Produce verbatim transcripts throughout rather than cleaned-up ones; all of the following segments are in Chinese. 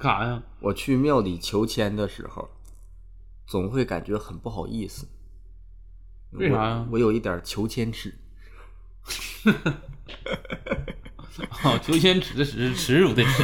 干啥呀？ 我去庙里求签的时候，总会感觉很不好意思。 为啥呀？ 我, 我有一点求签耻。 哦，求签耻的耻，耻辱的耻。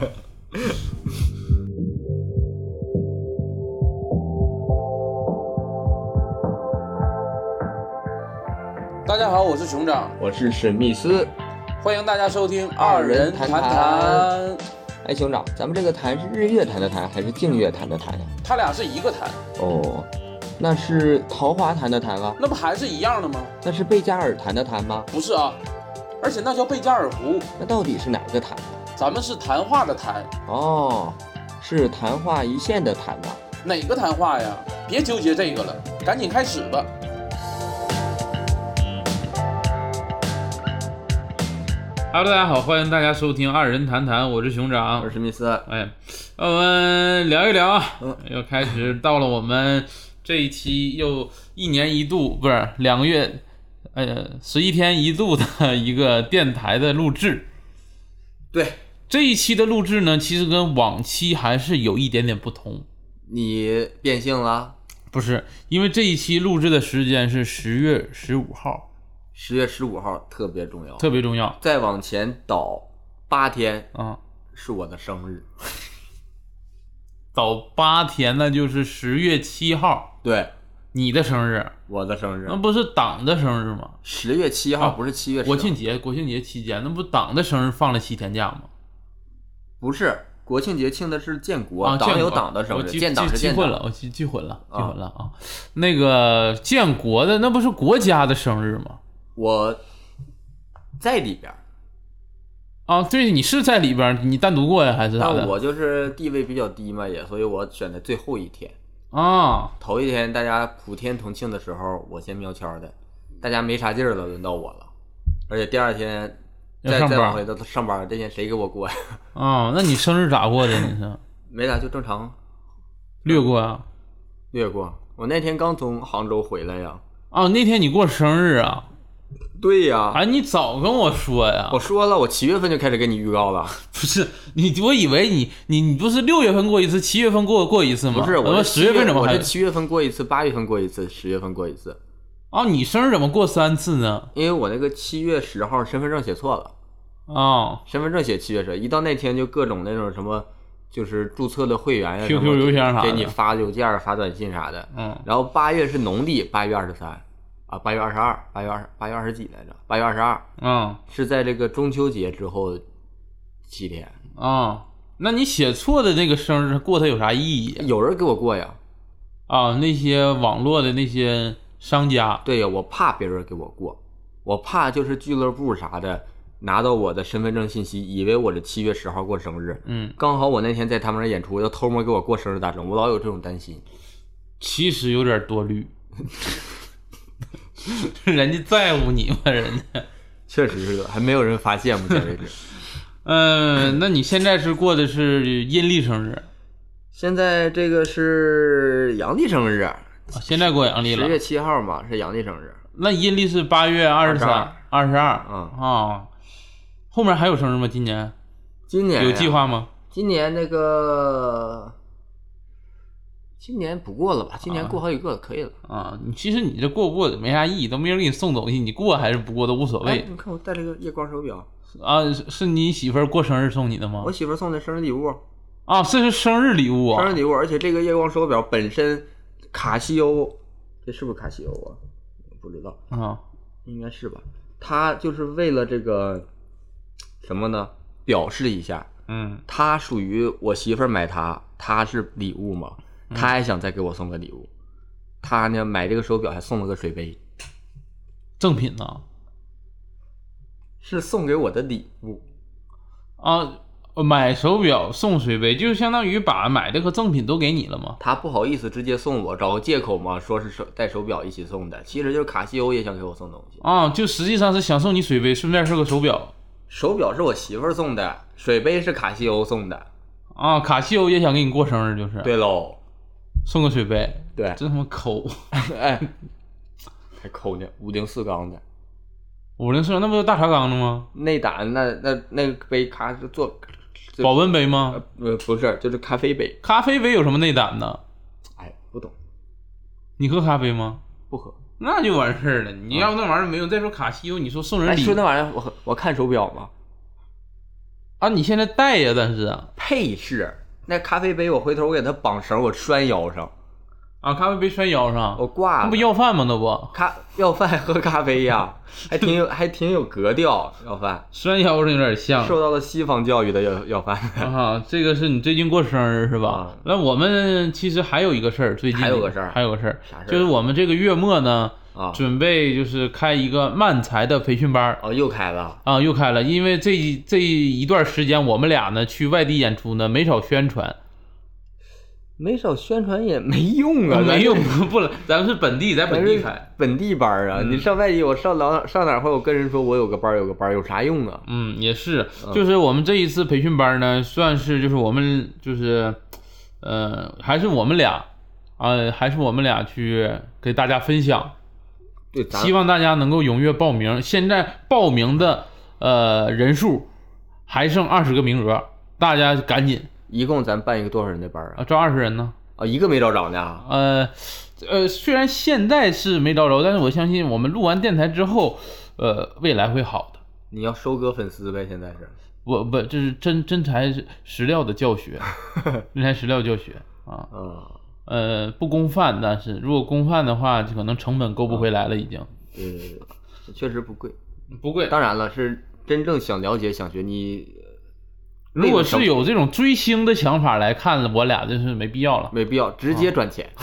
大家好，我是熊掌， 我是史密斯， 欢迎大家收听二人谈谈。 哎，熊掌，咱们这个谈是日月潭的谈还是净月潭的谈呀？ 他俩是一个潭。 哦，那是桃花潭的潭啊？ 那不还是一样的吗？ 那是贝加尔潭的潭吗？ 不是啊，而且那叫贝加尔湖。 那到底是哪个潭？ 咱们是谈话的谈。 哦，是昙花一现的谈吧？ 哪个谈话呀？别纠结这个了，赶紧开始吧。Hello， 大家好，欢迎大家收听二人谈谈，我是熊掌， 我是史密斯。 哎，我们聊一聊，嗯，又开始到了我们这一期又一年一度，不是两个月，呃，十一天一度的一个电台的录制。 对， 这一期的录制呢，其实跟往期还是有一点点不同。 你变性了？ 不是，因为这一期录制的时间是十月十五号。 十月十五号特别重要， 特别重要。 再往前倒八天啊， 是我的生日。 倒八天那就是十月七号。 对， 你的生日， 我的生日， 那不是党的生日吗？ 十月七号、啊、不是七月十号。 国庆节，国庆节期间，那不党的生日放了七天假吗？ 不是，国庆节庆的是建国， 啊、 党有党的生日，建党是建党。 记混了，我记记混了，记混了啊！那个建国的那不是国家的生日吗？ 我在里边啊，对，你是在里边，你单独过呀，还是啥的？ 我就是地位比较低嘛，也，所以我选的最后一天啊。 头一天大家普天同庆的时候，我先喵悄的，大家没啥劲儿了，轮到我了。而且第二天再再往回头上班，这天谁给我过呀？ 啊，那你生日咋过的？你是没咋，就正常略过啊？ 略过。我那天刚从杭州回来呀。 啊，那天你过生日啊？ 对呀， 哎，你早跟我说呀！ 我说了，我七月份就开始给你预告了。 不是你，我以为你你你不是六月份过一次，七月份过过一次吗？ 不是，我十月份怎么还？ 我是七月份过一次，八月份过一次，十月份过一次。 哦，你生日怎么过三次呢？ 因为我那个七月十号身份证写错了。 哦， 身份证写七月十，一到那天就各种那种什么，就是注册的会员呀 ，Q Q 邮箱啥的， 给你发邮件、发短信啥的。 嗯， 然后八月是农历八月二十三。啊，八月二十二，八月二八月二十几来着？八月二十二， 嗯， 是在这个中秋节之后七天啊。那你写错的那个生日过它有啥意义？ 有人给我过呀？ 啊，那些网络的那些商家。 对呀，我怕别人给我过，我怕就是俱乐部啥的拿到我的身份证信息，以为我是七月十号过生日。 嗯， 刚好我那天在他们那演出，要偷摸给我过生日咋整？我老有这种担心。 其实有点多虑。人家在乎你吗？人家确实是，还没有人发现目前为止。 嗯，那你现在是过的是阴历生日？ 现在这个是阳历生日，啊、 现在过阳历了。 十月七号嘛，是阳历生日。 那阴历是八月二十三、二十二。 嗯啊，后面还有生日吗？今年？ 今年有计划吗？ 今年那个。今年不过了吧？今年过好几个可以了啊！你其实你这过不过没啥意义，都没人给你送东西，你过还是不过都无所谓。 哎、你看我戴这个夜光手表啊，是你媳妇儿过生日送你的吗？ 我媳妇儿送的生日礼物啊，这是生日礼物啊！ 生日礼物，而且这个夜光手表本身卡西欧，这是不是卡西欧啊？不知道啊， 应该是吧？它就是为了这个什么呢？表示一下， 嗯， 它属于我媳妇儿买它，它是礼物嘛。他还想再给我送个礼物，他呢买这个手表还送了个水杯， 正品呢， 是送给我的礼物啊。买手表送水杯，就相当于把买的和赠品都给你了吗？ 他不好意思直接送我，找个借口嘛，说是手带手表一起送的，其实就是卡西欧也想给我送东西啊，就实际上是想送你水杯，顺便是个手表。 手表是我媳妇儿送的，水杯是卡西欧送的啊，卡西欧也想给你过生日，就是。 对喽。 送个水杯， 对， 真他妈抠， 哎，还抠呢，五零四缸的， 五零四那不是大茶缸的吗？ 内胆那那那个杯咔是做保温杯吗？ 呃，不是，就是咖啡杯。 咖啡杯有什么内胆呢？ 哎，不懂。 你喝咖啡吗？ 不喝。 那就完事儿了。你要那玩意儿没用，再说卡西欧，你说送人礼， 说那玩意儿，我我看手表吗？ 啊，你现在戴呀，但是配饰。那咖啡杯，我回头我给它绑绳，我拴腰上。 啊，咖啡杯拴腰上， 我挂了。 那不要饭吗？那不咖要饭喝咖啡呀，还挺有还挺有格调。要饭拴腰上有点像， 受到了西方教育的要要饭。 啊，这个是你最近过生日是吧？啊、那我们其实还有一个事儿，最近还有个事儿， 还有个事儿， 啥事儿？ 就是我们这个月末呢。 啊， 准备就是开一个漫才的培训班哦，又开了啊，又开了，因为这这一段时间我们俩呢去外地演出呢，没少宣传， 没少宣传也没用啊， 没用不了，咱们是本地，在本地开本地班啊，嗯、你上外地，我上哪上哪会我跟人说我有个班有个班有啥用啊？ 嗯，也是，就是我们这一次培训班呢，算是就是我们就是呃，还是我们俩啊、呃，还是我们俩去给大家分享。 对， 希望大家能够踊跃报名。现在报名的呃人数还剩二十个名额，大家赶紧。 一共咱办一个多少人的班啊？ 啊，招二十人呢。 啊，一个没招着呢。 呃呃，虽然现在是没招着，但是我相信我们录完电台之后，呃，未来会好的。 你要收割粉丝呗？现在是？ 不不，这是真真材实料的教学，真材实料教学啊。 嗯。 呃，不公饭，但是如果公饭的话，就可能成本勾不回来了，已经。 对对对，确实不贵， 不贵。 当然了，是真正想了解、想学你。 如果是有这种追星的想法来看，我俩就是没必要了， 没必要，直接赚钱。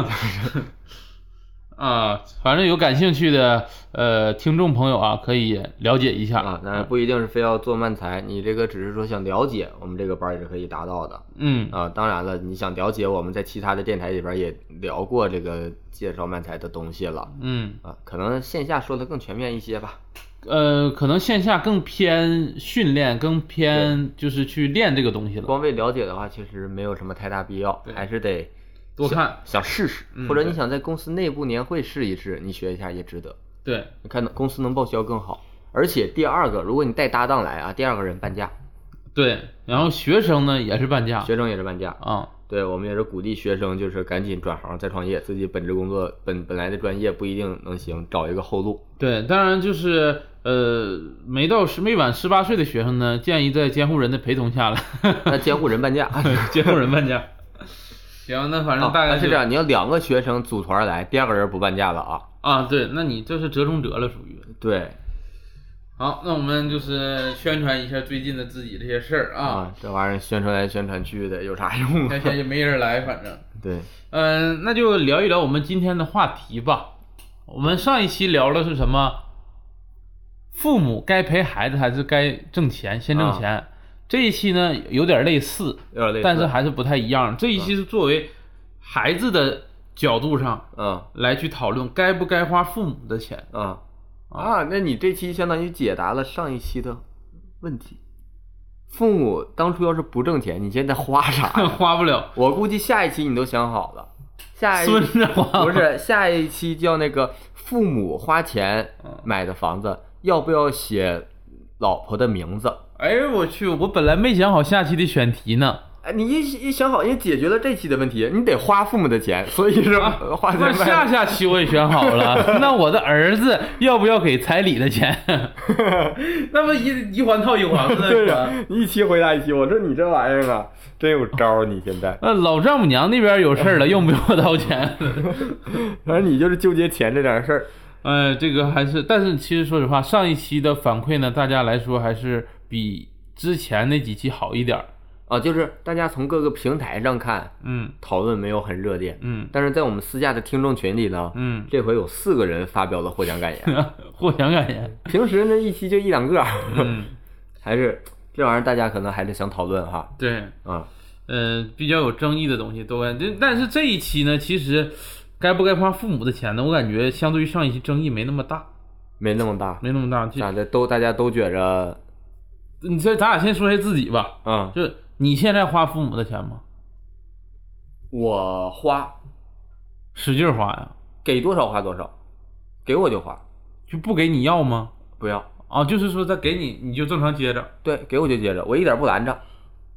啊，反正有感兴趣的呃听众朋友啊，可以了解一下啊。当然不一定是非要做漫才，你这个只是说想了解，我们这个班也是可以达到的。 嗯啊，当然了，你想了解，我们在其他的电台里边也聊过这个介绍漫才的东西了。 嗯啊，可能线下说的更全面一些吧。 呃，可能线下更偏训练，更偏就是去练这个东西了。 光为了解的话，其实没有什么太大必要，还是得。 多看， 想试试， 嗯、 或者你想在公司内部年会试一试，你学一下也值得。 对， 你看公司能报销更好。而且第二个，如果你带搭档来啊，第二个人半价。 对，然后学生呢也是半价， 学生也是半价啊。 对，我们也是鼓励学生就是赶紧转行再创业，自己本职工作本本来的专业不一定能行，找一个后路。 对，当然就是呃没到十没满十八岁的学生呢，建议在监护人的陪同下来。 那监护人半价， 监护人半价。行，那反正大概是、 哦、是这样，你要两个学生组团来，第二个人不半价了啊。 啊，对，那你这是折中折了，属于。 对。 好，那我们就是宣传一下最近的自己这些事儿啊。 啊，这玩意儿宣传来宣传去的，有啥用啊？ 现在也没人来，反正。 对。 嗯、呃，那就聊一聊我们今天的话题吧。我们上一期聊的是什么？父母该陪孩子还是该挣钱？先挣钱。啊，这一期呢有点类似， 有点类似， 但是还是不太一样。这一期是作为孩子的角度上， 嗯， 来去讨论该不该花父母的钱。 嗯啊，那你这期相当于解答了上一期的问题。父母当初要是不挣钱，你现在花啥？ 花不了。 我估计下一期你都想好了。下一孙子花不是下一期叫那个父母花钱买的房子，要不要写老婆的名字？ 哎呦我去！我本来没想好下期的选题呢。 哎，你一一想好，也解决了这期的问题，你得花父母的钱，所以是、啊、花钱。 那下下期我也选好了，那我的儿子要不要给彩礼的钱？那不一一环套一环吗？ 对呀、啊，一期回答一期。我说你这玩意儿啊，真有招，你现在。 那老丈母娘那边有事儿了，用不用我掏钱？ 反正你就是纠结钱这点事儿。 呃，这个还是，但是其实说实话，上一期的反馈呢，大家来说还是比之前那几期好一点。 啊，就是大家从各个平台上看， 嗯， 讨论没有很热烈， 嗯， 但是在我们私下的听众群里呢， 嗯， 这回有四个人发表了获奖感言， 获奖感言， 平时那一期就一两个， 嗯， 还是这玩意儿大家可能还是想讨论哈， 对， 啊， 嗯、呃，比较有争议的东西都该，但是这一期呢，其实该不该花父母的钱呢？我感觉相对于上一期争议没那么大， 没那么大， 没那么大， 咋的都大家都觉着， 你这咱俩先说一下自己吧， 嗯， 就。你现在花父母的钱吗？ 我花， 使劲花呀， 给多少花多少，给我就花， 就不给你要吗？ 不要啊，就是说他给你，你就正常接着。 对，给我就接着，我一点不拦着。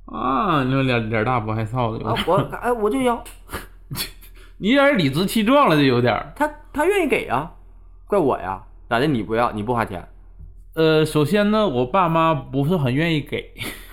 啊，你说脸脸大不害臊的啊，我哎我就要， 你有点理直气壮了，这有点。 他他愿意给啊，怪我呀？咋的？你不要，你不花钱？ 呃，首先呢，我爸妈不是很愿意给。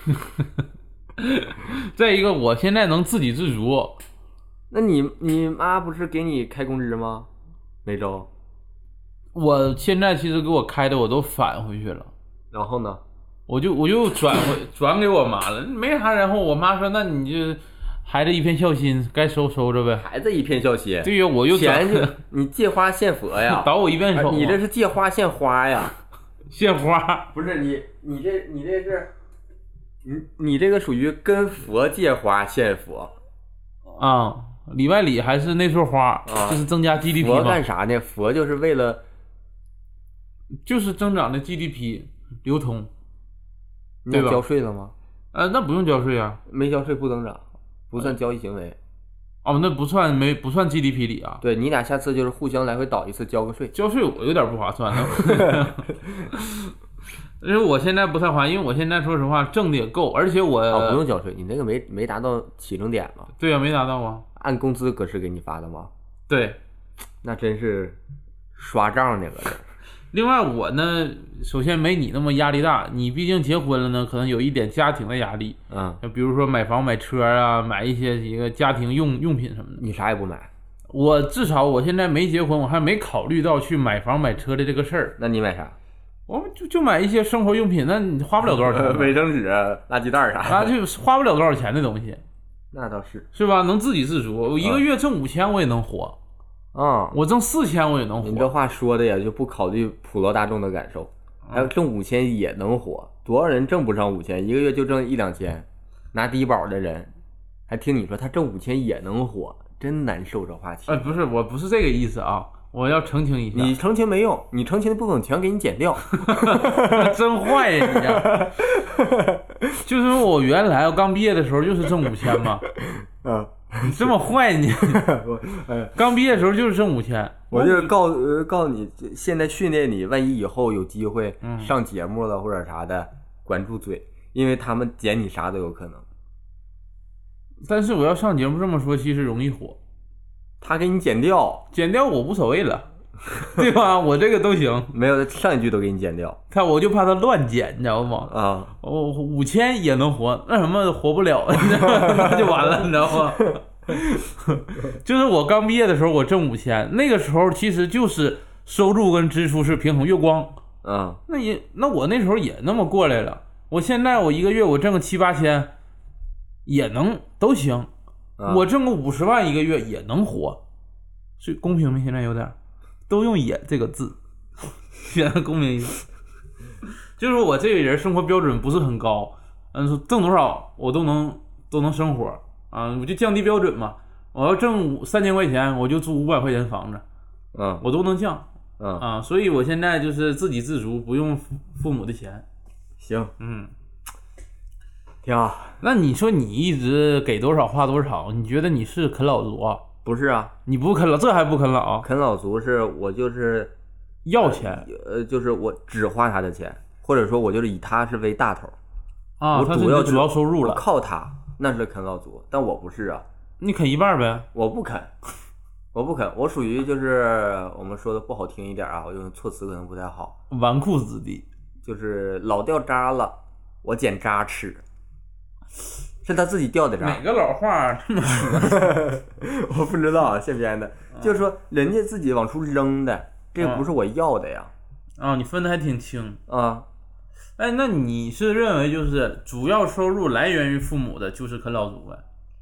再一个，我现在能自给自足。 那你你妈不是给你开工资吗？每周？ 我现在其实给我开的我都返回去了。 然后呢？ 我就我就转回转给我妈了，没啥。然后我妈说：“那你就孩子一片孝心，该收收着呗。” 孩子一片孝心。 对呀，我又钱就你借花献佛呀， 倒我一遍手。 你这是借花献花呀？ 献花不是你你这你这是。你你这个属于跟佛借花献佛啊，里外里还是那束花啊，就是增加 G D P 佛干啥呢？佛就是为了， 就是增长的 G D P 流通， 对吧？交税了吗？ 呃，那不用交税啊， 没交税不增长，不算交易行为。 哦，那不算没不算 G D P 里啊？ 对，你俩下次就是互相来回倒一次，交个税。 交税我有点不划算了。因为我现在不太花，因为我现在说实话挣的也够，而且我、 哦、不用交税，你那个没没达到起征点吗？ 对呀、啊，没达到啊。 按工资格式给你发的吗？ 对， 那真是刷账那个。 另外我呢，首先没你那么压力大，你毕竟结婚了呢，可能有一点家庭的压力， 嗯， 比如说买房、买车啊，买一些一个家庭用用品什么的。 你啥也不买？ 我至少我现在没结婚，我还没考虑到去买房买车的这个事儿。 那你买啥？ 我们就就买一些生活用品，那你花不了多少钱， 卫生纸、垃圾袋啥的， 啊，就花不了多少钱的东西。 那倒是， 是吧？能自给自足，我一个月挣五千我也能活， 啊、嗯， 我挣四千我也能活。 你这话说的也就不考虑普罗大众的感受，还有挣五千也能活，多少人挣不上五千，一个月就挣一两千，拿低保的人，还听你说他挣五千也能活，真难受这话题。 哎，不是，我不是这个意思啊。我要澄清一下， 你澄清没用，你澄清的部分全给你剪掉。 真坏呀你呀！就是我原来我刚毕业的时候就是挣五千嘛， 嗯， 你这么坏你，刚毕业的时候就是挣五千， 我就告呃告诉你，现在训练你，万一以后有机会上节目了或者啥的，管住嘴，因为他们剪你啥都有可能。 但是我要上节目这么说，其实容易火。 他给你剪掉， 剪掉我无所谓了，对吧？我这个都行， 没有上一句都给你剪掉。 看我就怕他乱剪，你知道吗？ 啊， 我五千也能活，那什么活不了，那就完了，你知道吗？就是我刚毕业的时候，我挣五千，那个时候其实就是收入跟支出是平衡月光。 嗯， 那也那我那时候也那么过来了。我现在我一个月我挣个七八千，也能都行。 啊、 我挣个五十万一个月也能活，所以公平没？现在有点都用“也”这个字，现在公平一点。就是我这个人生活标准不是很高，嗯，挣多少我都能都能生活啊，我就降低标准嘛。我要挣三千块钱，我就租五百块钱房子， 嗯， 我都能降， 嗯啊，所以我现在就是自给自足，不用父母的钱。 行， 嗯。 挺好。 那你说你一直给多少花多少，你觉得你是啃老族啊？ 不是啊， 你不啃老，这还不啃老？ 啃老族是我就是要钱， 呃，就是我只花他的钱，或者说我就是以他是为大头啊， 我主要主要收入了， 靠他，那是啃老族，但我不是啊。 你啃一半呗？ 我不啃，我不啃，我属于就是我们说的不好听一点啊，我用措辞可能不太好， 纨绔子弟， 就是老掉渣了，我捡渣吃。是他自己掉的渣。 哪个老话这么说？ 我不知道啊，现编的，就是说人家自己往出扔的，这个不是我要的呀。 啊、哦，你分的还挺清啊。 哎，那你是认为就是主要收入来源于父母的，就是啃老族呗？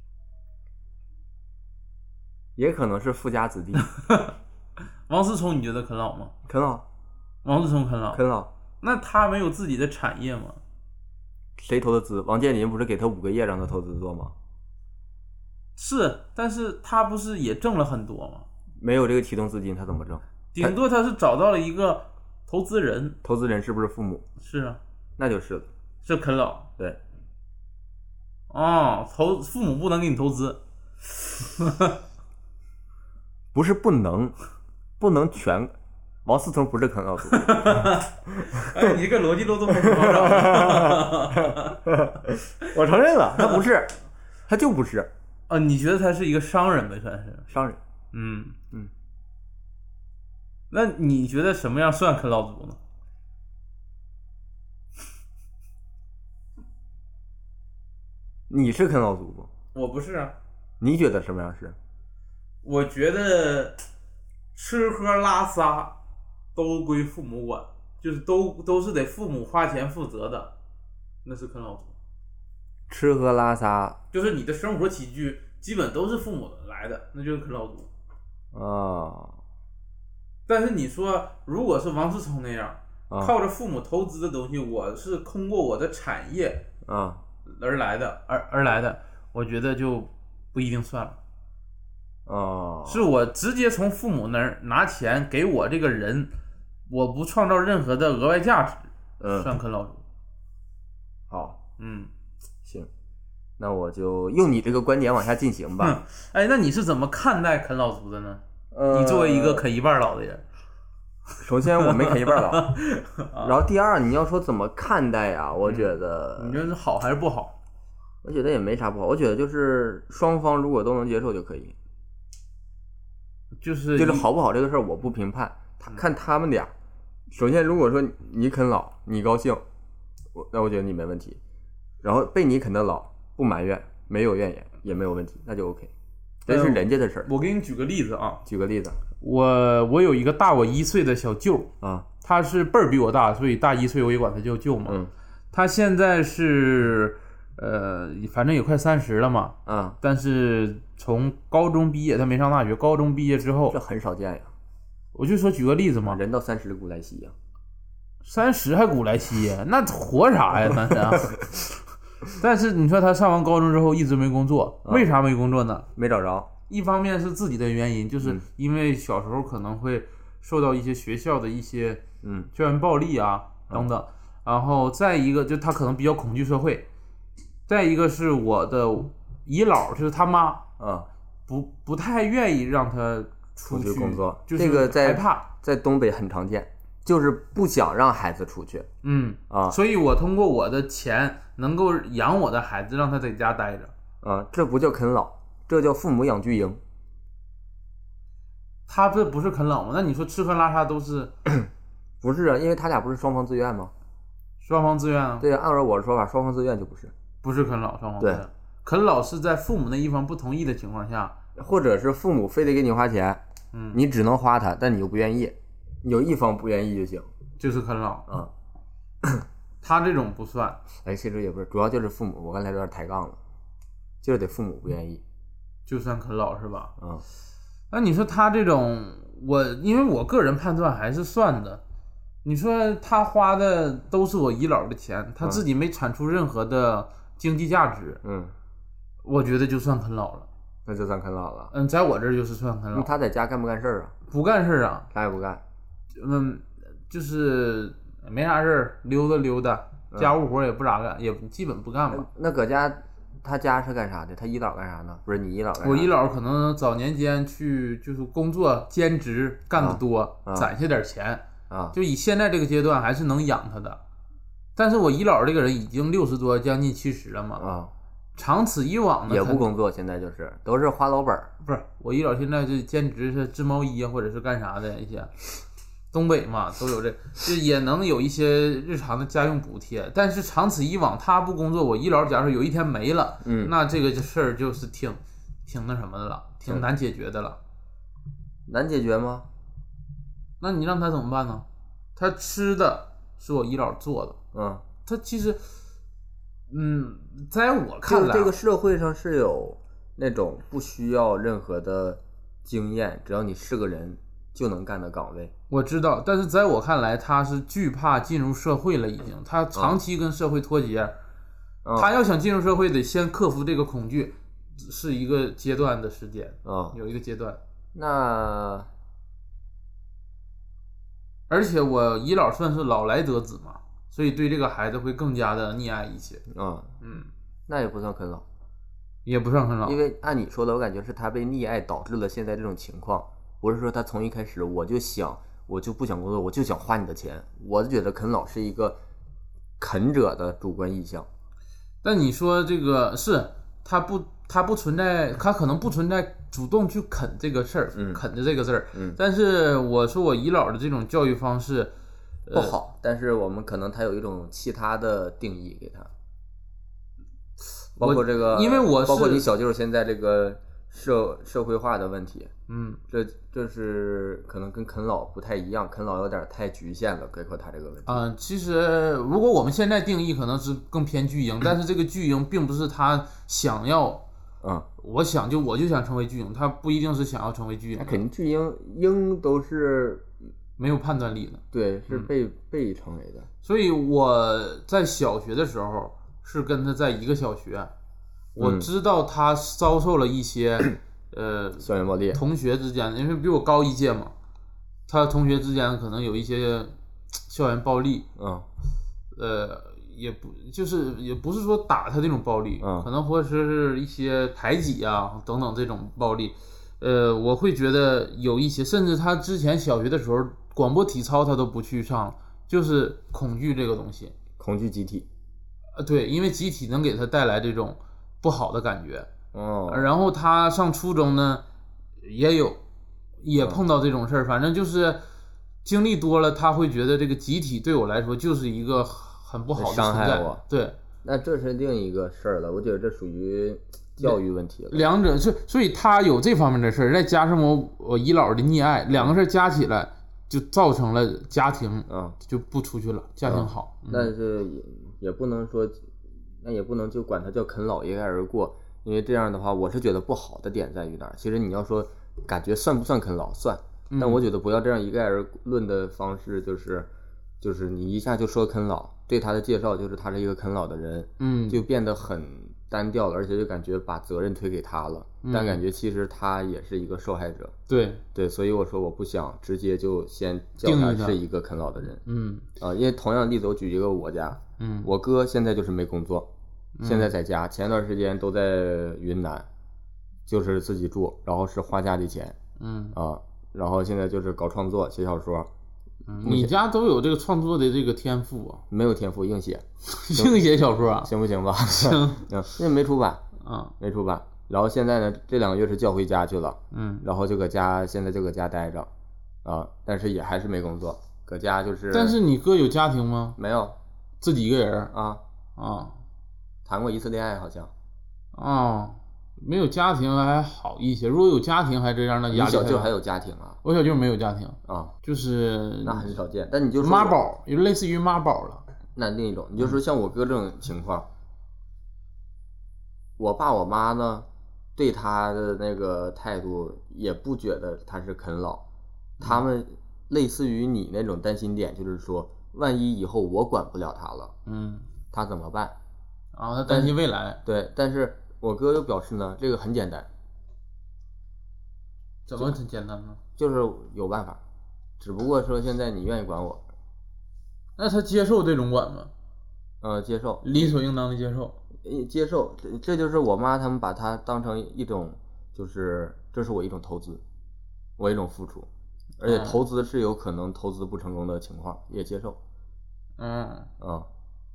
也可能是富家子弟。 王思聪，你觉得啃老吗？ 啃老。 王思聪啃老。啃老。 那他没有自己的产业吗？ 谁投的资？王健林不是给他五个亿让他投资做吗？ 是，但是他不是也挣了很多吗？ 没有这个启动资金，他怎么挣？ 顶多他是找到了一个投资人。 投资人是不是父母？ 是啊， 那就是了。 是啃老。 对。 哦，投父母不能给你投资。 不是不能，不能全， 王思聪不是啃老族。 哎，你这个逻辑漏洞不少少。 我承认了，他不是，他就不是。 啊，你觉得他是一个商人呗，算是商人。 嗯嗯。 那你觉得什么样算啃老族呢？ 你是啃老族不？ 我不是啊。 你觉得什么样是？ 我觉得吃喝拉撒都归父母管，就是都都是得父母花钱负责的，那是啃老族。 吃喝拉撒就是你的生活起居基本都是父母来的，那就是啃老族。 啊。 但是你说如果是王思聪那样、 啊、 靠着父母投资的东西，我是通过我的产业啊而来的，而而来的，我觉得就不一定算了。 哦， 是我直接从父母那儿拿钱给我这个人，我不创造任何的额外价值， 嗯， 算啃老族。 好， 嗯， 行，那我就用你这个观点往下进行吧。 哎，那你是怎么看待啃老族的呢？ 呃， 你作为一个啃一半老的人， 首先我没啃一半老，然后第二，你要说怎么看待呀、啊？我觉得、 嗯，你觉得是好还是不好？ 我觉得也没啥不好，我觉得就是双方如果都能接受就可以。 就是就是好不好这个事儿我不评判，他看他们俩。首先，如果说你啃老你高兴，我那我觉得你没问题。然后被你啃的老不埋怨，没有怨言也没有问题，那就 OK。这是人家的事儿、呃。 我给你举个例子啊， 举个例子， 我我有一个大我一岁的小舅啊， 他是辈儿比我大，所以大一岁我也管他叫舅嘛。 嗯， 他现在是。呃，反正也快三十了嘛， 啊， 但是从高中毕业，他没上大学，高中毕业之后， 这很少见呀。 我就说举个例子嘛， 人到三十古来稀呀， 三十还古来稀，那活啥呀？三十啊！但是你说他上完高中之后一直没工作， 啊、 为啥没工作呢？ 没找着。 一方面是自己的原因，就是因为小时候可能会受到一些学校的一些嗯校园暴力啊、嗯、等等，然后再一个就他可能比较恐惧社会。再一个是我的姨姥，就是他妈， 啊， 不不太愿意让他出去工作， 就是这个在害怕， 在东北很常见，就是不想让孩子出去。 嗯啊， 所以我通过我的钱能够养我的孩子，让他在家待着。 啊，这不叫啃老，这叫父母养巨婴。 他这不是啃老吗？那你说吃喝拉撒都是？ 不是啊，因为他俩不是双方自愿吗？ 双方自愿啊。 对啊，按照我的说法，双方自愿就不是。 不是啃老，双方自愿。啃老是在父母那一方不同意的情况下， 或者是父母非得给你花钱， 嗯， 你只能花它，但你又不愿意，有一方不愿意就行， 就是啃老啊。 他这种不算。 哎，其实也不是，主要就是父母，我刚才有点抬杠了，就是得父母不愿意， 就算啃老是吧？ 啊、嗯， 那你说他这种，我因为我个人判断还是算的。你说他花的都是我姨姥的钱，他自己没产出任何的经济价值， 嗯， 我觉得就算啃老了。 那就算啃老了。 嗯，在我这儿就是算啃老。 他在家干不干事儿啊？ 不干事儿啊， 他也不干。 嗯，就是没啥事儿，溜达溜达，家务活也不咋干，也基本不干吧。 那搁家，他家是干啥的？他姨姥干啥呢？不是你姨姥干啥？ 我姨姥可能早年间去就是工作兼职干得多， 啊啊、 攒下点钱。 啊， 就以现在这个阶段还是能养他的，但是我姨姥这个人已经六十多，将近七十了嘛， 啊， 长此以往呢也不工作，现在就是都是花老本儿。 不是我姨姥现在就兼职是织毛衣啊，或者是干啥的一些，东北嘛都有这，就也能有一些日常的家用补贴，但是长此以往，他不工作，我姨姥假如有一天没了， 嗯， 那这个事儿就是挺挺那什么的了，挺难解决的了。 难解决吗？ 那你让他怎么办呢？他吃的是我姨姥做的， 嗯， 他其实，嗯，在我看来， 这个社会上是有那种不需要任何的经验，只要你是个人就能干的岗位。 我知道，但是在我看来，他是惧怕进入社会了，已经，他长期跟社会脱节， 嗯、 他要想进入社会，得先克服这个恐惧，是一个阶段的时间， 嗯， 有一个阶段。 那。 而且我姨姥算是老来得子嘛，所以对这个孩子会更加的溺爱一些。 嗯嗯， 那也不算啃老， 也不算啃老， 因为按你说的，我感觉是他被溺爱导致了现在这种情况，不是说他从一开始我就想我就不想工作，我就想花你的钱。我觉得啃老是一个啃者的主观意向。 但你说这个是他不他不存在，他可能不存在主动去啃这个事儿， 嗯啃的这个事儿。 嗯， 但是我说我姨姥的这种教育方式不好，呃、但是我们可能他有一种其他的定义给他，包括这个， 因为我是包括你小舅现在这个社社会化的问题， 嗯， 这这是可能跟啃老不太一样，啃老有点太局限了，概括他这个问题。 嗯、呃，其实如果我们现在定义可能是更偏巨婴，但是这个巨婴并不是他想要。 嗯， 我想就我就想成为巨婴，他不一定是想要成为巨婴， 那肯定巨婴婴都是没有判断力的， 对，是被、嗯、被成为的。 所以我在小学的时候是跟他在一个小学，我知道他遭受了一些、嗯、呃校园暴力， 同学之间，因为比我高一届嘛，他同学之间可能有一些校园暴力， 嗯， 呃。也不就是也不是说打他这种暴力， 嗯， 可能或者是一些排挤啊等等这种暴力，呃，我会觉得有一些，甚至他之前小学的时候广播体操他都不去上，就是恐惧这个东西， 恐惧集体， 呃，对，因为集体能给他带来这种不好的感觉， 哦， 然后他上初中呢也有也碰到这种事儿、嗯，反正就是经历多了，他会觉得这个集体对我来说就是一个。很不好的伤害我， 对， 那这是另一个事儿了。我觉得这属于教育问题了。 两者是，所以他有这方面的事儿，再加上我我姨姥的溺爱，两个事儿加起来，就造成了家庭啊就不出去了，家庭好。 嗯、但是也也不能说，那也不能就管他叫啃老一概而过，因为这样的话，我是觉得不好的点在于哪儿？其实你要说感觉算不算啃老，算，但我觉得不要这样一概而论的方式，就是就是你一下就说啃老。对他的介绍就是他是一个啃老的人， 嗯， 就变得很单调了，而且就感觉把责任推给他了， 嗯、 但感觉其实他也是一个受害者。 对对，所以我说我不想直接就先叫他是一个啃老的人。 嗯啊、呃，因为同样的例子，我举一个我家， 嗯， 我哥现在就是没工作，现在在家，前段时间都在云南，就是自己住，然后是花家里钱， 嗯啊，然后现在就是搞创作，写小说。 嗯、你家都有这个创作的这个天赋啊？ 没有天赋，硬写， 硬写小说啊？ 行不行吧？ 行， 嗯，现在没出版， 啊， 没出版。然后现在呢，这两个月是叫回家去了， 嗯， 然后就搁家，现在就搁家待着，啊，但是也还是没工作，搁家就是。 但是你哥有家庭吗？ 没有， 自己一个人啊啊， 谈过一次恋爱好像。 啊。没有家庭还好一些，如果有家庭还这样的压力。 你小舅还有家庭啊？ 我小舅没有家庭啊， 就是那很少见。但你就说妈宝，也类似于妈宝了。 那另一种，你就说像我哥这种情况，嗯、我爸我妈呢，对他的那个态度也不觉得他是啃老，他们类似于你那种担心点，就是说，万一以后我管不了他了， 嗯， 他怎么办？ 啊，他担心未来。 对，但是。我哥又表示呢，这个很简单。 怎么很简单呢？ 就是有办法，只不过说现在你愿意管我， 那他接受这种管吗？ 呃，接受， 理所应当的接受。 接受，这就是我妈他们把它当成一种，就是这是我一种投资，我一种付出，而且投资是有可能投资不成功的情况，也接受。 嗯啊。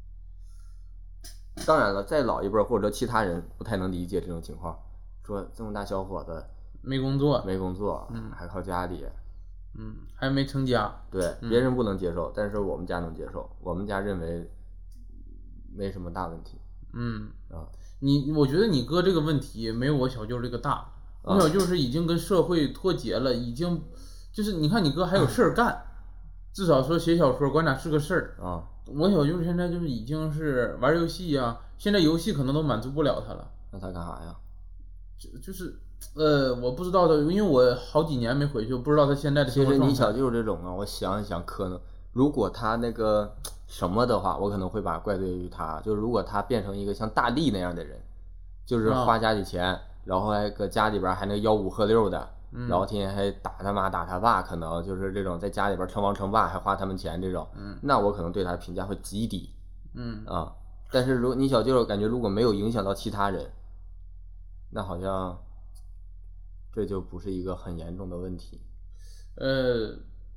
当然了，再老一辈或者其他人不太能理解这种情况，说这么大小伙子没工作， 没工作， 嗯， 还靠家里， 嗯，还没成家， 对， 嗯、 别人不能接受，但是我们家能接受，我们家认为没什么大问题， 嗯啊， 你我觉得你哥这个问题没有我小舅这个大，我小舅是已经跟社会脱节了，已经就是你看你哥还有事儿干，啊、至少说写小说管哪是个事儿啊。 我小舅现在就是已经是玩游戏啊，现在游戏可能都满足不了他了。 那他干啥呀？ 就就是呃，我不知道的，因为我好几年没回去，我不知道他现在的生活状态。 其实你小舅这种啊，我想一想，可能如果他那个什么的话，我可能会把怪罪于他。就是如果他变成一个像大力那样的人，就是花家里钱，啊、然后还搁家里边还能吆五喝六的。 嗯、 然后天天还打他妈打他爸，可能就是这种在家里边称王称霸还花他们钱这种， 嗯， 那我可能对他的评价会极低， 嗯啊，但是如果你小舅感觉如果没有影响到其他人，那好像这就不是一个很严重的问题。 呃，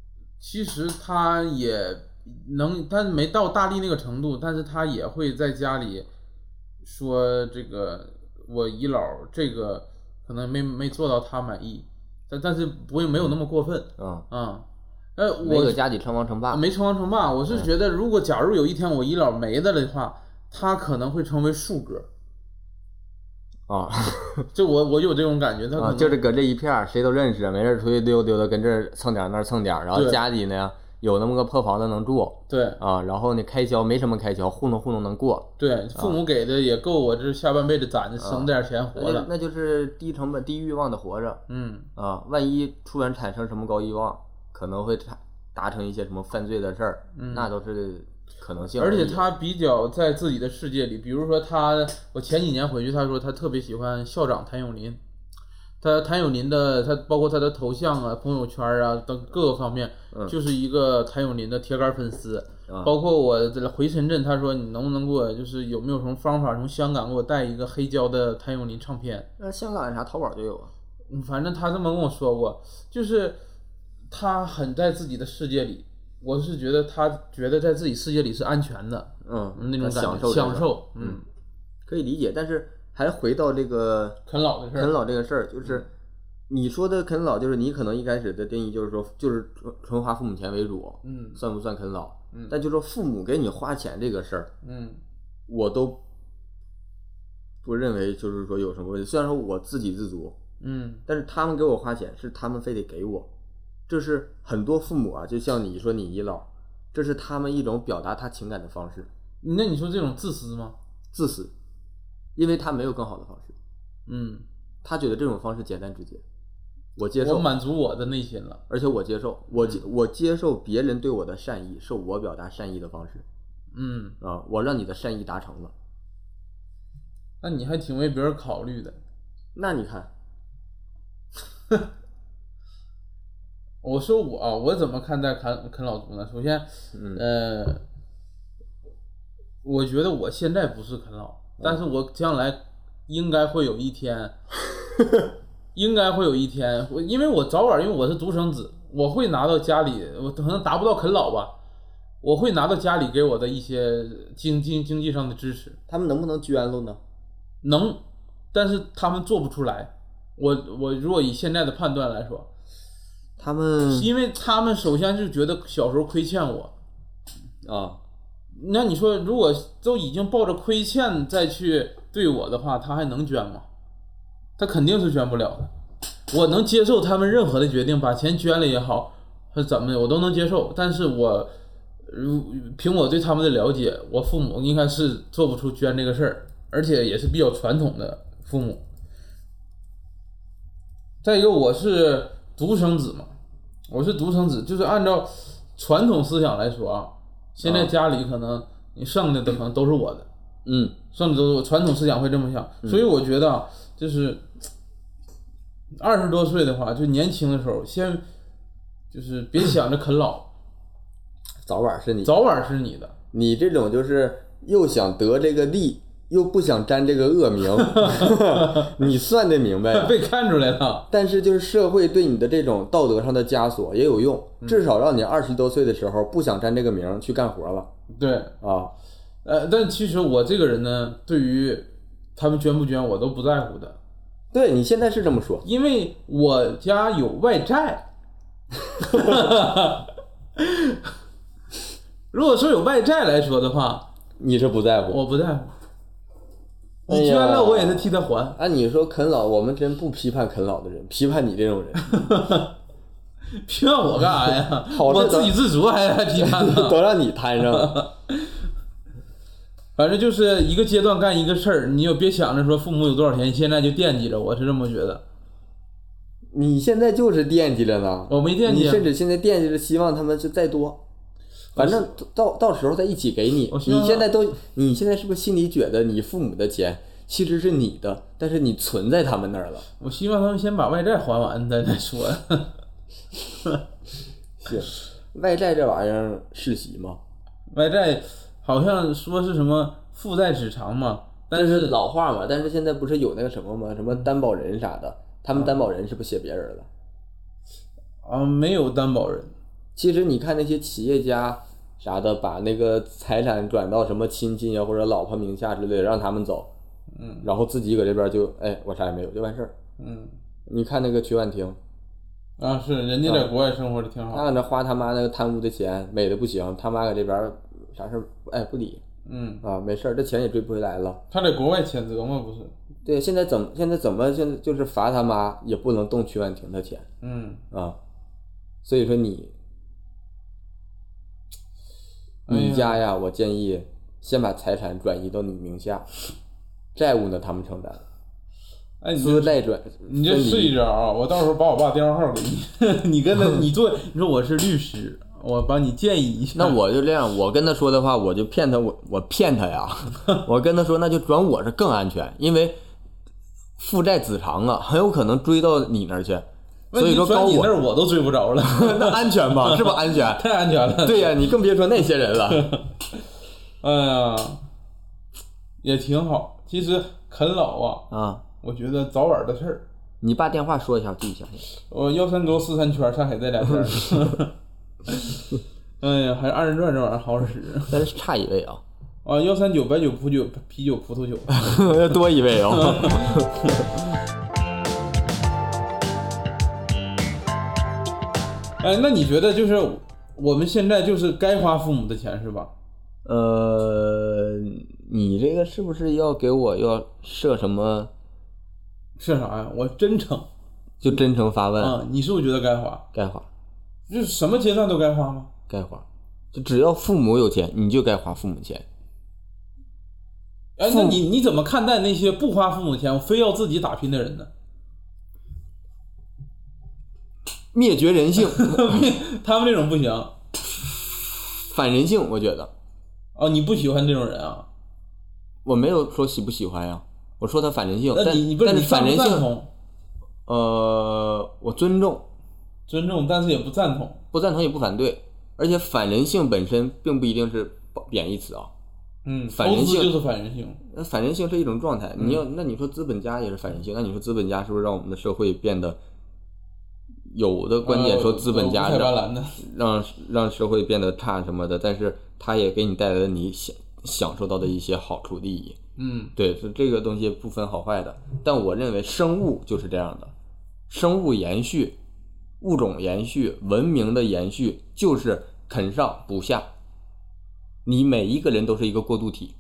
其实他也能，他没到大力那个程度，但是他也会在家里说这个我姨姥这个可能没没做到他满意，但但是不会没有那么过分。 嗯嗯，呃，我没有家里称王称霸， 没称王称霸。我是觉得，如果假如有一天我姨姥没的的话，他可能会成为树哥。 啊， 就我我有这种感觉，他可能、 啊、就是搁这一片儿谁都认识，没事出去溜溜达，跟这儿蹭点那儿蹭点，然后家里呢有那么个破房子能住， 对啊，然后呢开销没什么开销，糊弄糊弄能过， 对，父母给的也够我这下半辈子攒着省点钱活了、 啊那，那就是低成本低欲望的活着， 嗯啊，万一突然产生什么高欲望，可能会达成一些什么犯罪的事儿、嗯，那都是可能性。 而且他比较在自己的世界里，比如说他，我前几年回去，他说他特别喜欢校长谭咏麟，他谭咏麟的，他包括他的头像啊、朋友圈啊等各个方面， 嗯、 就是一个谭咏麟的铁杆粉丝。 嗯、 包括我回深圳，他说你能不能给我，就是有没有什么方法从香港给我带一个黑胶的谭咏麟唱片？ 那香港啥淘宝就有啊。 嗯，反正他这么跟我说过，就是他很在自己的世界里。我是觉得他觉得在自己世界里是安全的， 嗯， 那种感觉享受享受， 嗯，可以理解。但是还回到这个啃老的事儿， 啃老这个事儿，就是你说的啃老，就是你可能一开始的定义就是说，就是纯纯花父母钱为主， 嗯， 算不算啃老？ 嗯， 但就说父母给你花钱这个事儿， 嗯， 我都不认为就是说有什么问题。虽然说我自给自足， 嗯， 但是他们给我花钱是他们非得给我。这是很多父母啊，就像你说你姨姥，这是他们一种表达他情感的方式。 那你说这种自私吗？ 自私，因为他没有更好的方式。 嗯， 他觉得这种方式简单直接，我接受， 我满足我的内心了， 而且我接受，我接我接受别人对我的善意，是我表达善意的方式。 嗯啊，我让你的善意达成了， 那你还挺为别人考虑的。 那你看。 我说我啊，我怎么看待啃啃老族呢？首先， 嗯、 呃，我觉得我现在不是啃老，但是我将来应该会有一天，应该会有一天，我因为我早晚，因为我是独生子，我会拿到家里，我可能达不到啃老吧，我会拿到家里给我的一些经经经济上的支持。 他们能不能捐了呢？ 能，但是他们做不出来。我我如果以现在的判断来说。 他们因为他们首先就觉得小时候亏欠我啊， 那你说如果都已经抱着亏欠再去对我的话，他还能捐吗？他肯定是捐不了的。我能接受他们任何的决定，把钱捐了也好，是怎么的，我都能接受。但是我如凭我对他们的了解，我父母应该是做不出捐这个事儿，而且也是比较传统的父母。再一个，我是独生子嘛。我是独生子，就是按照传统思想来说啊，现在家里可能你剩下的可能都是我的， 嗯， 剩下都是我，传统思想会这么想，所以我觉得啊，就是二十多岁的话，就年轻的时候，先就是别想着啃老， 早晚是你， 早晚是你的， 你这种就是又想得这个利。又不想沾这个恶名，你算得明白啊？ 被看出来了。 但是就是社会对你的这种道德上的枷锁也有用，至少让你二十多岁的时候不想沾这个名去干活了。 对啊， 呃，但其实我这个人呢，对于他们捐不捐我都不在乎的。 对，你现在是这么说， 因为我家有外债。如果说有外债来说的话， 你是不在乎， 我不在乎。你捐了，我也是替他还。 按、啊、你说啃老，我们真不批判啃老的人，批判你这种人。 批判我干啥呀？我自给自足还还批判呢？ 都让你摊上了。 反正就是一个阶段干一个事儿，你又别想着说父母有多少钱，现在就惦记着，我是这么觉得。 你现在就是惦记着呢， 我没惦记、啊， 你甚至现在惦记着，希望他们是再多。反正到到时候再一起给你。你现在都，你现在是不是心里觉得你父母的钱其实是你的，但是你存在他们那儿了？ 我希望他们先把外债还完再再说。 是，外债这玩意儿世袭吗？ 外债好像说是什么父债子偿嘛，但是老话嘛。但是现在不是有那个什么吗？什么担保人啥的，他们担保人是不是写别人了？ 啊，没有担保人。 其实你看那些企业家啥的，把那个财产转到什么亲戚啊或者老婆名下之类的，让他们走， 嗯， 然后自己搁这边就哎我啥也没有就完事儿。 嗯， 你看那个曲婉婷啊，是人家在国外生活的挺好， 他搁那花他妈那个贪污的钱，美的不行，他妈搁这边啥事儿哎不理， 嗯啊没事儿，这钱也追不回来了。 他在国外谴责吗？不是。 对，现在怎么现在怎么现在就是罚他妈也不能动曲婉婷的钱， 嗯啊，所以说你哎你家呀，我建议先把财产转移到你名下，债务呢他们承担， 哎， 资债转， 你就试一招啊！我到时候把我爸电话号给你，你跟他你做，你说我是律师，我帮你建议一下。 那我就这样，我跟他说的话，我就骗他，我我骗他呀，我跟他说那就转我是更安全，因为父债子偿啊，很有可能追到你那儿去。所以说高我那儿我都追不着了， 那安全吗？是不是安全？ 太安全了。 对呀，你更别说那些人了。 哎呀，也挺好。其实啃老啊， 啊， 我觉得早晚的事儿。 你把电话说一下，自己想想。 我幺三轴四三圈，上海这俩圈。哎呀，还是二人转这玩意儿好使。 但是差一位啊。 啊，幺三九白酒、葡酒、啤酒、葡萄酒， 多一位哦。 哎，那你觉得就是我们现在就是该花父母的钱是吧？ 呃，你这个是不是要给我要设什么？ 设啥呀？我真诚， 就真诚发问啊、嗯！你是不是觉得该花？ 该花， 就是什么阶段都该花吗？ 该花，就只要父母有钱，你就该花父母钱。 哎，那你你怎么看待那些不花父母钱，非要自己打拼的人呢？ 灭绝人性， 他们这种不行， 反人性，我觉得。 哦，你不喜欢这种人啊？ 我没有说喜不喜欢呀，我说他反人性。 那你你不是但是反人性， 同呃，我尊重， 尊重，但是也不赞同， 不赞同也不反对，而且反人性本身并不一定是贬义词啊。 嗯， 反人性就是反人性。 那反人性是一种状态，你要那你说资本家也是反人性，那你说资本家是不是让我们的社会变得？有的观点说资本家让让让社会变得差什么的，但是他也给你带来了你享享受到的一些好处利益。 嗯， 对，所以这个东西不分好坏的。但我认为生物就是这样的，生物延续、物种延续、文明的延续就是啃上补下。你每一个人都是一个过渡体。